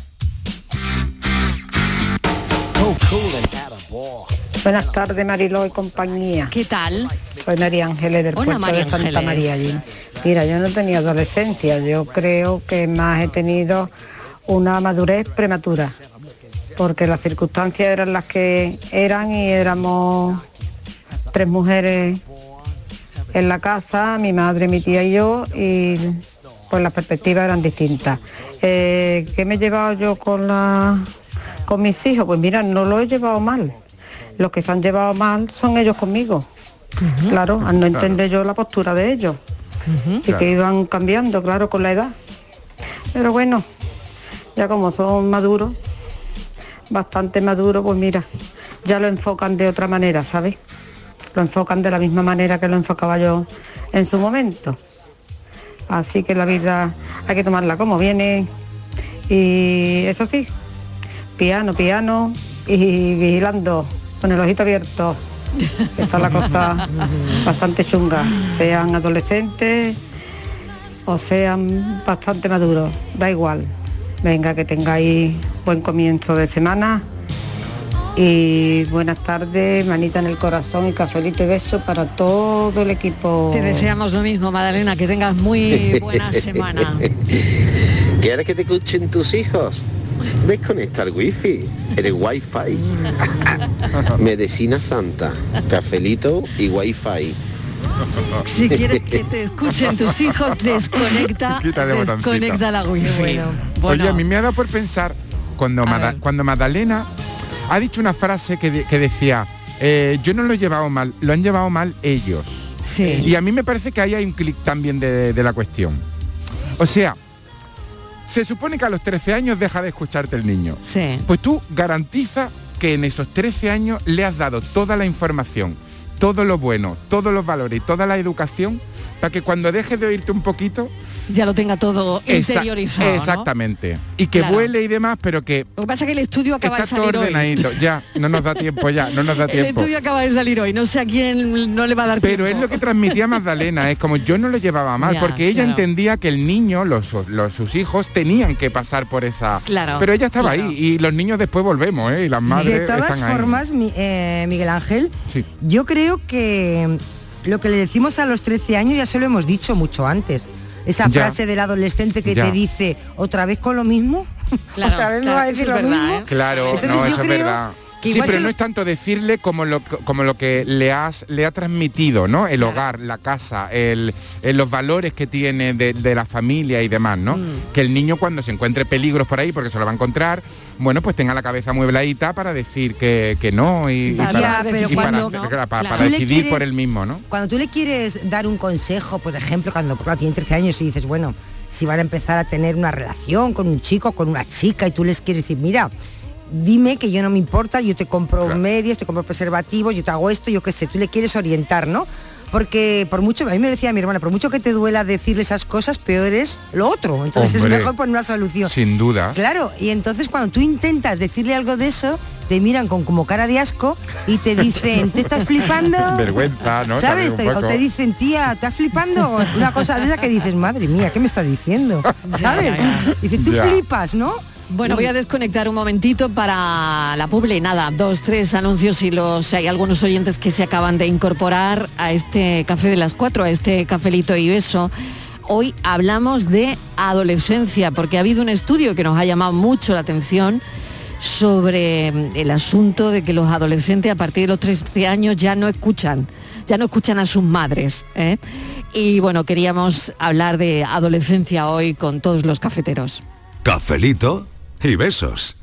Buenas tardes, Mariló y compañía. ¿Qué tal? Soy María Ángeles del Hola, puerto María de Santa Ángeles. María allí. Mira, yo no he tenido adolescencia, yo creo que más he tenido una madurez prematura, porque las circunstancias eran las que eran y éramos tres mujeres en la casa, mi madre, mi tía y yo, y pues las perspectivas eran distintas. Eh, ¿Qué me he llevado yo con la con mis hijos? Pues mira, no lo he llevado mal. Los que se han llevado mal son ellos conmigo. Claro, al no entender yo la postura de ellos. Y Claro. que iban cambiando, claro, con la edad. Pero bueno, ya como son maduros, bastante maduros, pues mira, ya lo enfocan de otra manera, ¿sabes? Lo enfocan de la misma manera que lo enfocaba yo en su momento. Así que la vida hay que tomarla como viene. Y eso sí, piano, piano y vigilando, con el ojito abierto. Está la cosa bastante chunga, sean adolescentes o sean bastante maduros, da igual. Venga, que tengáis buen comienzo de semana y buenas tardes, manita en el corazón y cafelito y beso para todo el equipo. Te deseamos lo mismo, Magdalena, que tengas muy buena semana. ¿Quieres que te escuchen tus hijos? Desconecta el wifi, el wifi. Medicina Santa, cafelito y wifi. Si quieres que te escuchen tus hijos, desconecta, Quítale botoncito. desconecta la wifi. Bueno. Bueno. Oye, a mí me ha dado por pensar, cuando, A Mada- ver. cuando Magdalena ha dicho una frase que, de- que decía, eh, yo no lo he llevado mal, lo han llevado mal ellos. Sí. Y a mí me parece que ahí hay un clic también de, de la cuestión. O sea, se supone que a los trece años deja de escucharte el niño. Sí. Pues tú garantiza que en esos trece años le has dado toda la información, todo lo bueno, todos los valores y toda la educación para que cuando dejes de oírte un poquito Ya lo tenga todo Esa- interiorizado, ¿no? Exactamente. Y que Claro. vuele y demás, pero que Lo que pasa es que el estudio acaba está de todo salir hoy. ordenadito. Ya, no nos da tiempo ya, no nos da El tiempo. estudio acaba de salir hoy, no sé a quién no le va a dar Pero tiempo. es lo que transmitía Magdalena, es como yo no lo llevaba mal, Ya, porque ella claro. entendía que el niño, los, los sus hijos, tenían que pasar por esa... Claro, Pero ella estaba claro. ahí, y los niños después volvemos, ¿eh? Y las madres De todas están ahí. formas, mi- eh, Miguel Ángel, Sí. yo creo que lo que le decimos a los trece años ya se lo hemos dicho mucho antes. Esa Ya. frase del adolescente que Ya. te dice, ¿otra vez con lo mismo? Claro, ¿Otra vez me claro, va a eso decir es lo verdad, mismo? ¿eh? Claro, Entonces no, yo eso es creo verdad. que Sí, igual pero se no lo- es tanto decirle como lo, como lo que le has le ha transmitido, ¿no? El hogar, la casa, el, el- los valores que tiene de, de la familia y demás, ¿no? Mm. Que el niño cuando se encuentre peligros por ahí, porque se lo va a encontrar, bueno, pues tenga la cabeza muebladita para decir que, que no y, y Para para, tomar Ya, pero y para cuando- hacer- ¿no? para- para Claro. Tú le decidir por quieres- él mismo, ¿no? Cuando tú le quieres dar un consejo, por ejemplo, cuando claro, tiene trece años y dices, bueno, si van a empezar a tener una relación con un chico, con una chica, y tú les quieres decir, mira, dime que yo no me importa, yo te compro Claro. medios, te compro preservativos, yo te hago esto, yo qué sé, tú le quieres orientar, ¿no? Porque por mucho, a mí me decía mi hermana, por mucho que te duela decirle esas cosas, peor es lo otro. Entonces Hombre, es mejor poner una solución. Sin duda. Claro, y entonces cuando tú intentas decirle algo de eso, te miran con como cara de asco y te dicen, ¿te estás flipando? Vergüenza, ¿no? ¿Sabes? También un O poco. te dicen, tía, ¿estás flipando? Una cosa de esa que dices, madre mía, ¿qué me está diciendo? ¿Sabes? Dice, tú Ya. flipas, ¿no? Bueno, voy a desconectar un momentito para la publi. Nada, dos, tres anuncios y los hay algunos oyentes que se acaban de incorporar a este café de las cuatro, a este cafelito y beso. Hoy hablamos de adolescencia, porque ha habido un estudio que nos ha llamado mucho la atención sobre el asunto de que los adolescentes a partir de los trece años ya no escuchan, ya no escuchan a sus madres, ¿eh? Y bueno, queríamos hablar de adolescencia hoy con todos los cafeteros. Cafelito y besos.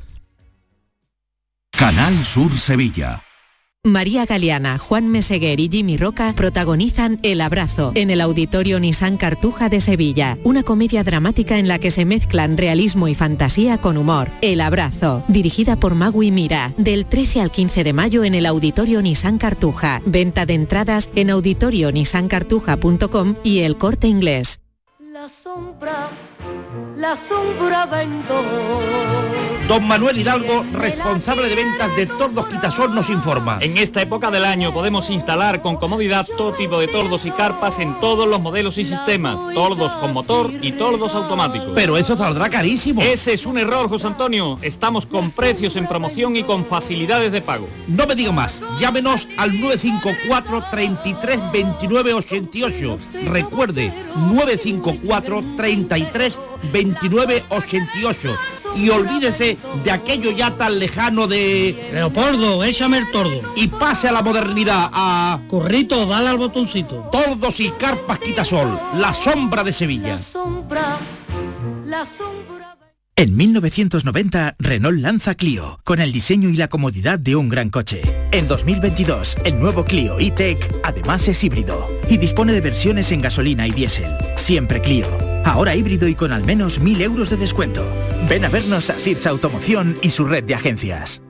Canal Sur Sevilla. María Galeana, Juan Meseguer y Jimmy Roca protagonizan El Abrazo en el Auditorio Nissan Cartuja de Sevilla, una comedia dramática en la que se mezclan realismo y fantasía con humor. El Abrazo, dirigida por Magui Mira, del trece al quince de mayo en el Auditorio Nissan Cartuja. Venta de entradas en auditorio nissan cartuja punto com y El Corte Inglés. La sombra, la sombra vendo. Don Manuel Hidalgo, responsable de ventas de Tordos Quitasol, nos informa. En esta época del año podemos instalar con comodidad todo tipo de tordos y carpas en todos los modelos y sistemas, tordos con motor y tordos automáticos. Pero eso saldrá carísimo. Ese es un error, José Antonio. Estamos con precios en promoción y con facilidades de pago. No me digo más, llámenos al nueve cinco cuatro, treinta y tres, veintinueve, ochenta y ocho. Recuerde, nueve cinco cuatro, treinta y tres, veintinueve, ochenta y ocho. Y olvídese de aquello ya tan lejano de... Leopoldo, échame el tordo. Y pase a la modernidad, a... Currito, dale al botoncito. Tordos y carpas Quitasol, la sombra de Sevilla. La sombra, la sombra. En mil novecientos noventa, Renault lanza Clio, con el diseño y la comodidad de un gran coche. En dos mil veintidós, el nuevo Clio E-Tech además es híbrido y dispone de versiones en gasolina y diésel. Siempre Clio. Ahora híbrido y con al menos mil euros de descuento. Ven a vernos a Sirsa Automoción y su red de agencias.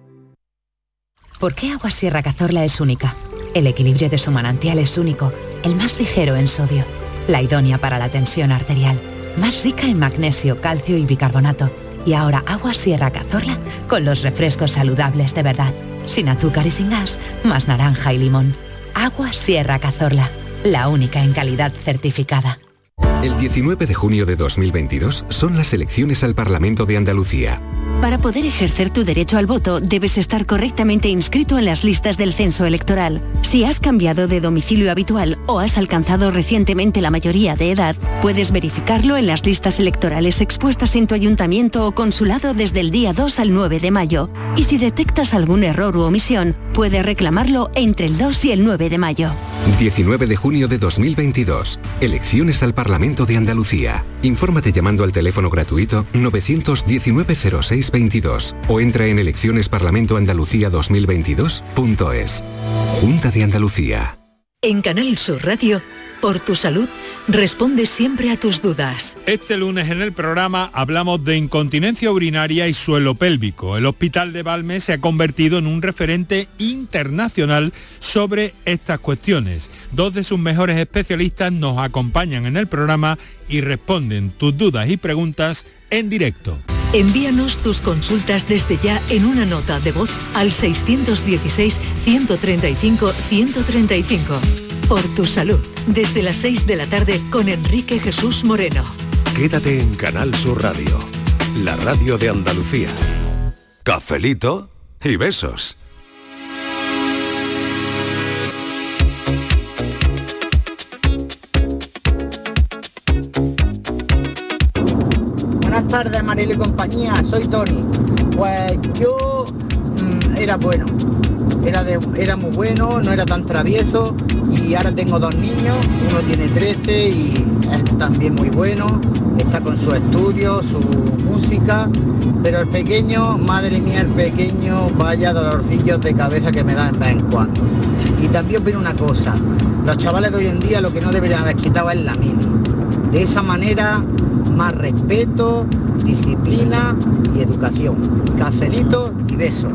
¿Por qué Agua Sierra Cazorla es única? El equilibrio de su manantial es único, el más ligero en sodio, la idónea para la tensión arterial, más rica en magnesio, calcio y bicarbonato. Y ahora Agua Sierra Cazorla con los refrescos saludables de verdad, sin azúcar y sin gas, más naranja y limón. Agua Sierra Cazorla, la única en calidad certificada. El diecinueve de junio de dos mil veintidós son las elecciones al Parlamento de Andalucía. Para poder ejercer tu derecho al voto, debes estar correctamente inscrito en las listas del censo electoral. Si has cambiado de domicilio habitual o has alcanzado recientemente la mayoría de edad, puedes verificarlo en las listas electorales expuestas en tu ayuntamiento o consulado desde el día dos al nueve de mayo. Y si detectas algún error u omisión, puedes reclamarlo entre el dos y el nueve de mayo. diecinueve de junio de dos mil veintidós. Elecciones al Parlamento de Andalucía. Infórmate llamando al teléfono gratuito nueve uno nueve cero seis veintidós o entra en elecciones parlamento andalucía dos mil veintidós punto es. Junta de Andalucía. En Canal Sur Radio, por tu salud, responde siempre a tus dudas. Este lunes en el programa hablamos de incontinencia urinaria y suelo pélvico. El Hospital de Valme se ha convertido en un referente internacional sobre estas cuestiones. Dos de sus mejores especialistas nos acompañan en el programa y responden tus dudas y preguntas en directo. Envíanos tus consultas desde ya en una nota de voz al seiscientos dieciséis, ciento treinta y cinco, ciento treinta y cinco. Por tu salud, desde las seis de la tarde con Enrique Jesús Moreno. Quédate en Canal Sur Radio, la radio de Andalucía. Cafelito y besos. Buenas tardes, Marilo y compañía, soy Tony. Pues yo mmm, era bueno, era, de, era muy bueno, no era tan travieso y ahora tengo dos niños, uno tiene trece y es también muy bueno, está con su estudio, su música, pero el pequeño, madre mía, el pequeño, vaya dolorcillos de cabeza que me da en vez en cuando. Y también opino una cosa, los chavales de hoy en día lo que no deberían haber quitado es la mili. De esa manera, más respeto, disciplina y educación. Cafelito y besos.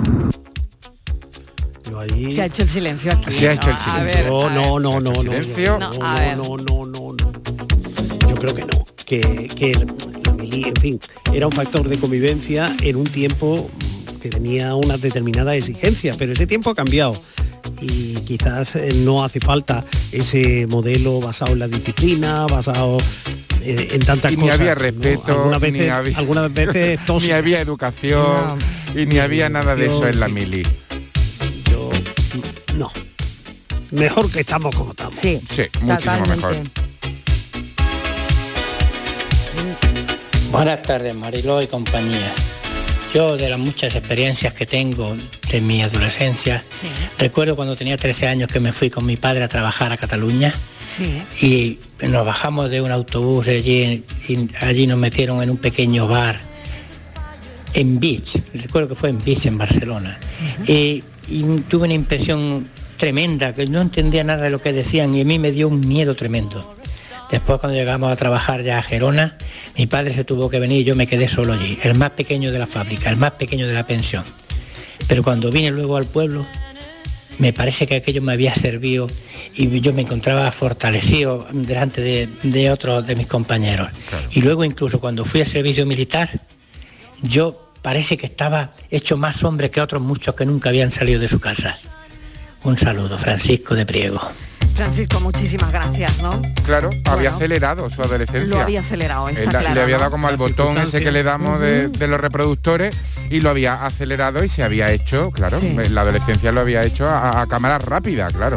Ahí... Se ha hecho el silencio aquí. Se ha hecho el silencio. A ver, no, a ver. no, no, no, no, silencio. no, No, a ver. no, no, no, no. Yo creo que no. Que, que el- la mili, en fin, era un factor de convivencia en un tiempo que tenía unas determinadas exigencias, pero ese tiempo ha cambiado. Y quizás eh, no hace falta ese modelo basado en la disciplina, basado eh, en tantas Y ni cosas. había ¿no? respeto, Algunas ni veces, había- algunas veces Ni tóxica. había educación y ni había nada de eso en la mili. Yo, no. Mejor que estamos como estamos. Sí, Sí, muchísimo mejor. Buenas tardes, Mariló y compañía. Yo, de las muchas experiencias que tengo de mi adolescencia, recuerdo cuando tenía trece años que me fui con mi padre a trabajar a Cataluña Sí. y nos bajamos de un autobús allí, y allí nos metieron en un pequeño bar en Beach, recuerdo que fue en Beach, en Barcelona. y, y tuve una impresión tremenda, que no entendía nada de lo que decían y a mí me dio un miedo tremendo. Después, cuando llegamos a trabajar ya a Gerona, mi padre se tuvo que venir y yo me quedé solo allí, el más pequeño de la fábrica, el más pequeño de la pensión. Pero cuando vine luego al pueblo, me parece que aquello me había servido y yo me encontraba fortalecido delante de, de otros de mis compañeros. Claro. Y luego incluso cuando fui al servicio militar, yo parece que estaba hecho más hombre que otros muchos que nunca habían salido de su casa. Un saludo, Francisco de Priego. Francisco, muchísimas gracias, ¿no? Claro, había Bueno, acelerado su adolescencia. Lo había acelerado, está Él la- claro. le había ¿no? dado como al botón ese que le damos de, de los reproductores y lo había acelerado y se había hecho, claro, Sí. la adolescencia lo había hecho a, a cámara rápida, claro.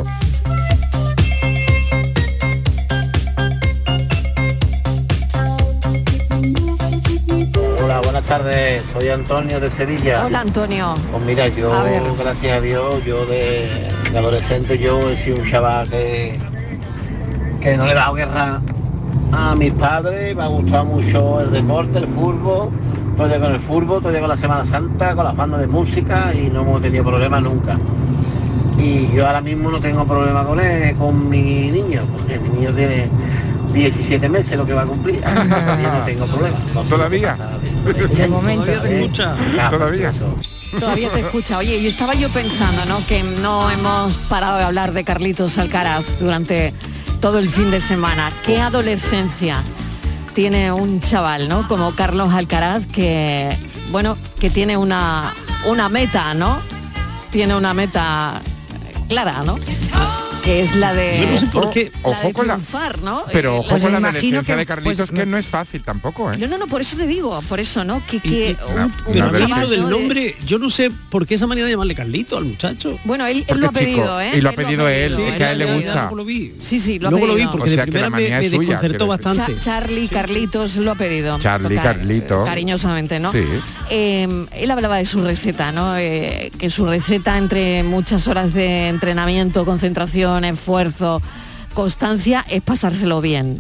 Hola, buenas tardes, soy Antonio de Sevilla. Hola, Antonio. Pues mira, yo, A ver. gracias a Dios, yo de, de adolescente, yo he sido un chaval que, que no le he dado guerra a mis padres, me ha gustado mucho el deporte, el fútbol, todo con el fútbol, todo con la Semana Santa, con las bandas de música y no hemos tenido problemas nunca. Y yo ahora mismo no tengo problema con él, con mi niño, porque mi niño tiene diecisiete meses lo que va a cumplir, así que todavía no tengo problema. No sé ¿Todavía? qué pasa de- De momento. Todavía te escucha. Todavía. Todavía te escucha. Oye, y estaba yo pensando, ¿no? Que no hemos parado de hablar de Carlitos Alcaraz durante todo el fin de semana. ¿Qué adolescencia tiene un chaval, ¿no? Como Carlos Alcaraz, que, bueno, que tiene una, una meta, ¿no? Tiene una meta clara, ¿no? Que es la de, Yo no sé por qué. la Ojo de con la- triunfar, ¿no? Pero Eh, ojo pues con la me imagino adolescencia que- de Carlitos, pues, que no es fácil tampoco, ¿eh? No, no, no, por eso te digo, por eso, ¿no? Que, Y- que y- un, un Pero Una chaval, hablando del ¿no? de- nombre, yo no sé por qué esa manera de llamarle Carlito al muchacho. Bueno, él, él Porque lo ha chico, pedido, ¿eh? y lo ha Él pedido él, pedido. es que a él le Ya, ya, ya, gusta. luego lo vi. Sí, sí, lo ha Luego lo vi pedido. porque O sea, de que la primera me, manía me es suya, desconcertó quiero decir. bastante. Cha- Charlie Carlitos lo ha pedido. Charlie Ca- Carlito. Cariñosamente, ¿no? Sí. Eh, él hablaba de su receta, ¿no? Eh, que su receta, entre muchas horas de entrenamiento, concentración dedicación, esfuerzo, constancia, es pasárselo bien.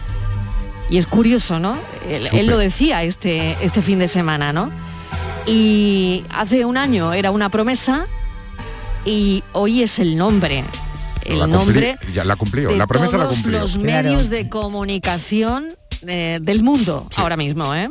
Y es curioso, ¿no? Él, él lo decía este, este fin de semana, ¿no? Y hace un año era una promesa y hoy es el nombre. El La nombre cumplí- ya la cumplió, de la promesa la todos cumplió. los Claro. medios de comunicación eh, del mundo ahora mismo, ¿eh?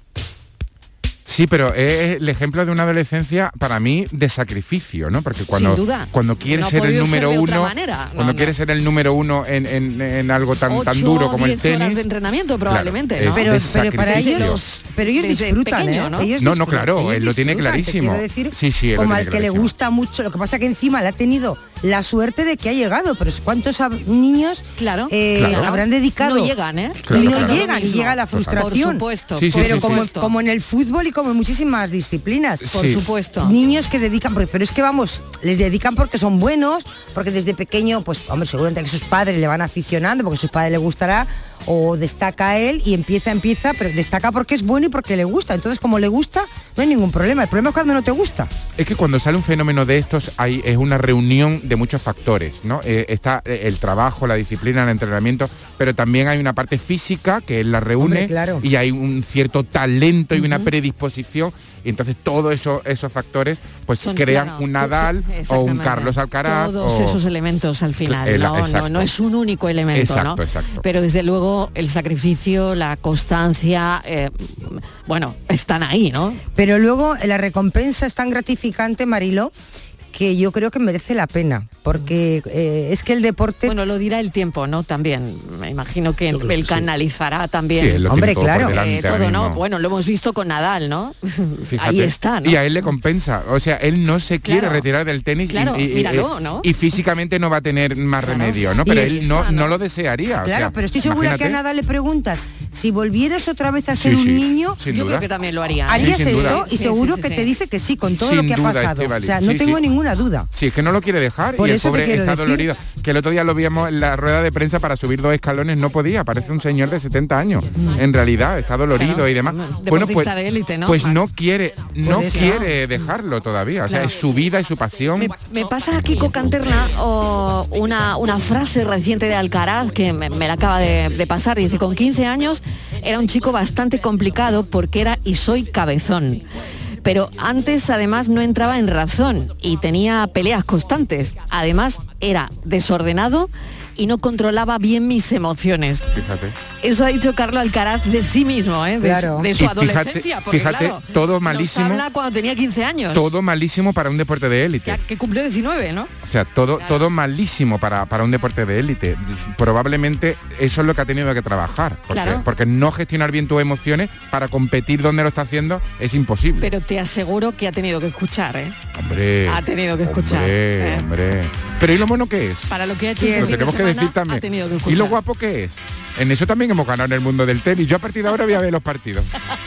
Sí, pero es el ejemplo de una adolescencia para mí de sacrificio, ¿no? Porque cuando, Sin duda. cuando quieres No ha ser el podido ser número de otra uno, manera. No, cuando no. quieres ser el número uno en, en- en algo tan, tan Ocho, duro como el diez horas tenis. de entrenamiento probablemente, Claro, ¿no? es Pero, de pero para sacrificio. ellos, pero ellos Desde disfrutan, pequeño, ¿eh? ¿no? Ellos No, no, disfrutan, claro, ellos él lo tiene disfrutan, te clarísimo. quiero decir, Sí, sí, él lo como tiene al que le clarísimo. gusta mucho, lo que pasa que encima le ha tenido la suerte de que ha llegado, pero ¿cuántos ab- niños claro, eh, Claro. habrán dedicado? No llegan, ¿eh? Y Claro, no claro. llegan, y llega la Por frustración. supuesto, Sí, sí, pero sí, como, sí. como en el fútbol y como en muchísimas disciplinas. Por Sí. supuesto. Niños que dedican, porque- pero es que vamos, les dedican porque son buenos, porque desde pequeño, pues hombre, seguramente que sus padres le van aficionando, porque a sus padres le gustará, o destaca él y empieza, empieza, pero destaca porque es bueno y porque le gusta. Entonces, como le gusta, no hay ningún problema. El problema es cuando no te gusta. Es que cuando sale un fenómeno de estos hay, es una reunión de muchos factores, ¿no? Eh, está eh, el trabajo, la disciplina, el entrenamiento, pero también hay una parte física que él la reúne. Hombre, claro. Y hay un cierto talento y una predisposición. Y entonces todos esos, esos factores pues Son, crean claro, un tú- Nadal tú- o un exactamente. Carlos Alcaraz. Todos o- esos elementos al final, El- no, no, exacto. no es un único elemento, Exacto, ¿no? exacto. Pero desde luego el sacrificio, la constancia, eh, bueno, están ahí, ¿no? Pero luego eh, la recompensa es tan gratificante, Mariló, que yo creo que merece la pena, porque eh, es que el deporte... Bueno, lo dirá el tiempo, ¿no? También, me imagino que Yo creo que él sí. canalizará también. Sí, él lo Hombre, tiene todo por claro. delante eh, ahora todo, ¿no? mismo. Bueno, lo hemos visto con Nadal, ¿no? Fíjate. Ahí está, ¿no? Y a él le compensa. O sea, él no se quiere Claro. retirar del tenis y- Claro, y, y- míralo, eh, ¿no? y físicamente no va a tener más Claro. remedio, ¿no? Y Pero es- él no, está, ¿no? no lo desearía. o Claro, sea, pero estoy segura que a imagínate. nada le preguntas, si volvieras otra vez a ser Sí, sí, un niño, sin Yo duda. creo que también lo haría. ¿eh? harías Sí, sin duda. esto y Sí, seguro sí, que sí, te sí. dice que sí, con todo Sin lo que ha duda, pasado. Estíbaliz. O sea, no Sí, tengo sí. ninguna duda. Sí, es que no lo quiere dejar Por y el eso te pobre quiero está decir. dolorido. Que el otro día lo víamos en la rueda de prensa para subir dos escalones, no podía, parece un señor de setenta años. En realidad, está dolorido Claro, y demás. deportista Bueno, pues, de élite, ¿no? pues no quiere, no eso. quiere dejarlo todavía. O sea, Claro. es su vida y su pasión. Me, me pasa a Kiko Canterla o una, una frase reciente de Alcaraz que me, me la acaba de, de pasar. Dice, con quince años era un chico bastante complicado porque era y soy cabezón. Pero antes además no entraba en razón y tenía peleas constantes. Además era desordenado y no controlaba bien mis emociones. Fíjate. Eso ha dicho Carlos Alcaraz de sí mismo, ¿eh? de, Claro. de su Y fíjate- adolescencia. Porque, fíjate, claro, todo nos malísimo. habla cuando tenía quince años. Todo malísimo para un deporte de élite. Ya que cumplió diecinueve, ¿no? O sea, todo, todo malísimo para, para un deporte de élite. Probablemente eso es lo que ha tenido que trabajar. Porque, Claro. porque no gestionar bien tus emociones para competir donde lo está haciendo es imposible. Pero te aseguro que ha tenido que escuchar, ¿eh? hombre, ha tenido que escuchar, Hombre, ¿eh? hombre. Pero ¿y lo bueno que es? Para lo que ha hecho Lo este fin de tenemos que semana, decir también. ha tenido que ¿Y escuchar. lo guapo que es? En eso también hemos ganado en el mundo del tenis. Yo a partir de ahora voy a ver los partidos.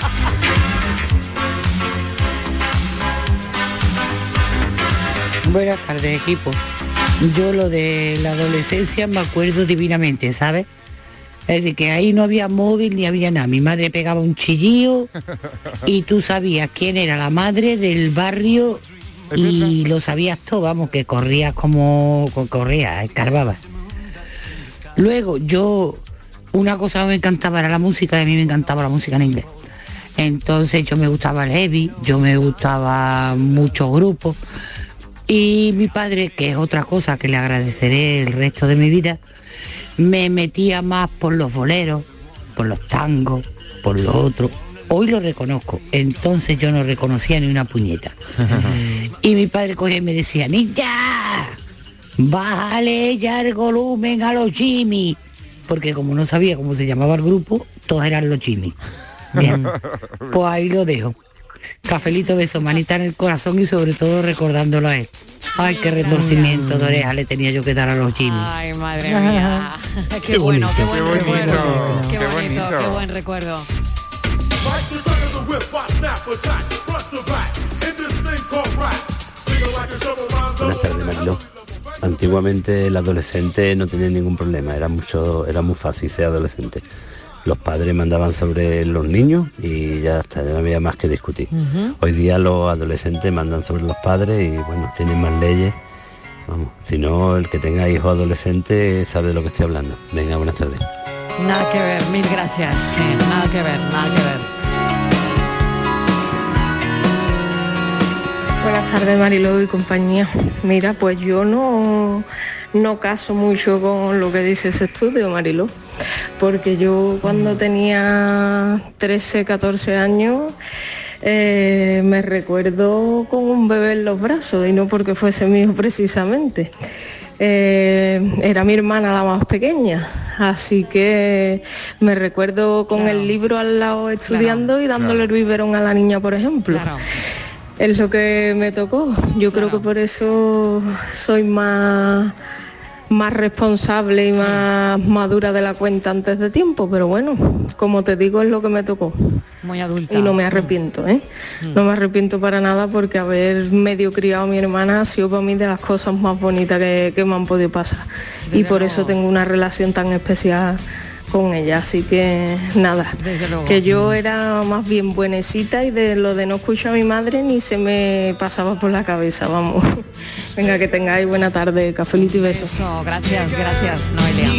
Buenas tardes, equipo. Yo lo de la adolescencia me acuerdo divinamente, ¿sabes? Es decir, que ahí no había móvil ni había nada. Mi madre pegaba un chillío y tú sabías quién era la madre del barrio y lo sabías todo, vamos, que corrías como corrías, escarbabas. Luego yo, una cosa que me encantaba era la música, y a mí me encantaba la música en inglés. Entonces yo me gustaba el heavy, yo me gustaba muchos grupos. Y mi padre, que es otra cosa que le agradeceré el resto de mi vida, me metía más por los boleros, por los tangos, por lo otro. Hoy lo reconozco, entonces yo no reconocía ni una puñeta. Y mi padre cogía y me decía, niña, bájale ya el volumen a los Jimmy. Porque como no sabía cómo se llamaba el grupo, todos eran los Jimmy. Bien, pues ahí lo dejo. Cafelito, beso, manita en el corazón y sobre todo recordándolo a él. Ay, qué retorcimiento de oreja le tenía yo que dar a los Jimmy. Ay, madre mía. Qué, Qué bueno, qué bonito, buen qué bonito, recuerdo. Qué, qué bonito, bonito. qué buen recuerdo. Buenas tardes, Mariló. Antiguamente el adolescente no tenía ningún problema, era mucho, era muy fácil ser adolescente. Los padres mandaban sobre los niños y ya está, ya no había más que discutir. Ujú. Hoy día los adolescentes mandan sobre los padres y bueno, tienen más leyes vamos. Si no, el que tenga hijos adolescentes sabe de lo que estoy hablando. Venga, buenas tardes. Nada que ver, mil gracias. Sí, nada que ver, nada que ver. Buenas tardes, Mariló y compañía. Mira, pues yo no, no caso mucho con lo que dice ese estudio, Mariló, porque yo cuando tenía trece, catorce años eh, me recuerdo con un bebé en los brazos y no porque fuese mío precisamente. Eh, era mi hermana la más pequeña, así que me recuerdo con claro. el libro al lado estudiando claro. y dándole claro. el biberón a la niña, por ejemplo. Claro. Es lo que me tocó. Yo claro. creo que por eso soy más, más responsable y sí. más madura de la cuenta antes de tiempo, pero bueno, como te digo, es lo que me tocó. Muy adulta. Y no me arrepiento, ¿eh? Mm. No me arrepiento para nada porque haber medio criado a mi hermana ha sido para mí de las cosas más bonitas que, que me han podido pasar. Desde y por luego. Eso tengo una relación tan especial con ella, así que nada, que yo era más bien buenecita y de lo de no escuchar a mi madre ni se me pasaba por la cabeza, vamos. Venga, que tengáis buena tarde, cafelito y besos. Eso, gracias, gracias, Noelia.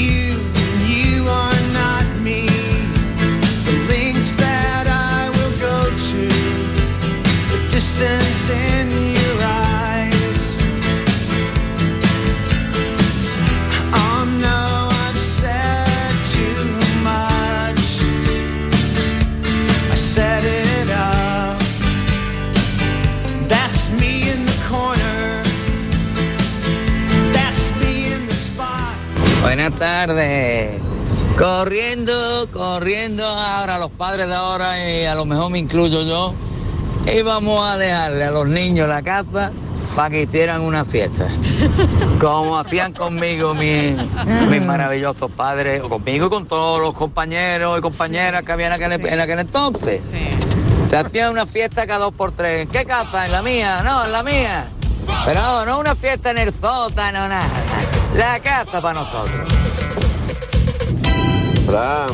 Buenas tardes. Corriendo, corriendo ahora los padres de ahora y a lo mejor me incluyo yo. Y vamos a dejarle a los niños la casa para que hicieran una fiesta. Como hacían conmigo mis, mis maravillosos padres, o conmigo y con todos los compañeros y compañeras que había en aquel, en aquel entonces. Se hacía una fiesta cada dos por tres. ¿En qué casa? ¿En la mía? No, en la mía. Pero no, no una fiesta en el sótano, nada. La casa para nosotros. Fran.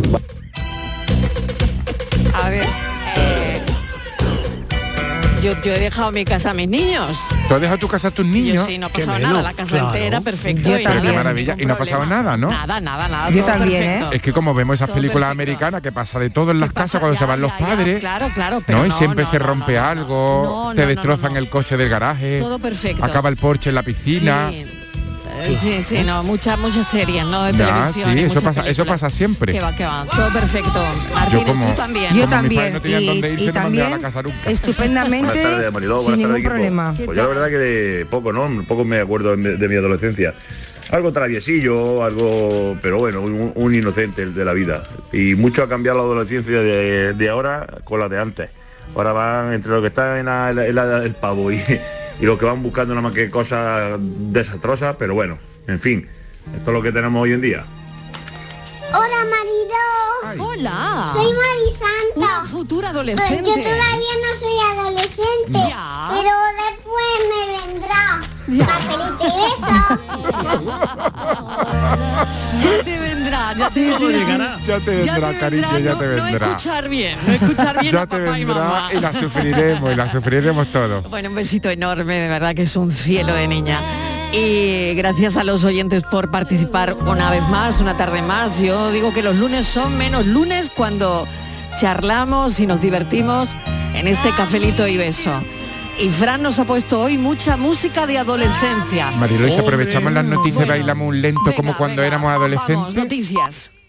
A ver, eh, yo, yo he dejado mi casa a mis niños. ¿Tú has dejado tu casa a tus niños? Yo sí, no ha pasado nada, la casa claro. entera, perfecto. Yo y nada, qué maravilla, y no ha pasado nada, ¿no? Nada, nada, nada, yo todo también, perfecto. ¿eh? Es que como vemos esas todo películas perfecto. Americanas que pasa de todo en las casas cuando ya, se van ya, los padres, ya, claro, claro, pero ¿no? Y no, siempre no, se no, rompe no, no, algo, no, no, te no, destrozan no, no. el coche del garaje, todo perfecto. Acaba el Porsche en la piscina. Sí. Sí, sí, no, muchas, muchas series, ¿no? De ya, televisión. Sí, eso pasa, películas. Eso pasa siempre. Que va, que va, todo perfecto. Martínez, como, tú también. Yo ¿no? también. No tenían y, dónde irse, y no también, a la casa nunca. Estupendamente, buenas tardes, Mariló, sin buenas ningún tardes, problema. Pues yo la verdad que de poco, ¿no? Poco me acuerdo de, de mi adolescencia. Algo traviesillo, algo, pero bueno, un, un inocente el de la vida. Y mucho ha cambiado la adolescencia de, de ahora con la de antes. Ahora van entre lo que está en, la, en la, el pavo y, y lo que van buscando nada más que cosas desastrosas, pero bueno. En fin, esto es lo que tenemos hoy en día. Hola, Mariló. Ay. Hola. Soy Marisanta. Una futura adolescente. Pues yo todavía no soy adolescente. Ya. Pero después me vendrá. Ya. Cafelito y beso. Ya te vendrá, ya te vendrá. Ya te vendrá, ya te cariño, vendrá, ya te vendrá. No, no escuchar bien, no escuchar bien ya a te papá vendrá y mamá. Y la sufriremos, y la sufriremos todos. Bueno, un besito enorme, de verdad que es un cielo de niña. Y gracias a los oyentes por participar una vez más, una tarde más. Yo digo que los lunes son menos lunes cuando charlamos y nos divertimos en este cafelito y beso. Y Fran nos ha puesto hoy mucha música de adolescencia. Mariló, y si aprovechamos las noticias, bueno, bailamos un lento venga, como cuando venga, éramos adolescentes. Vamos, noticias.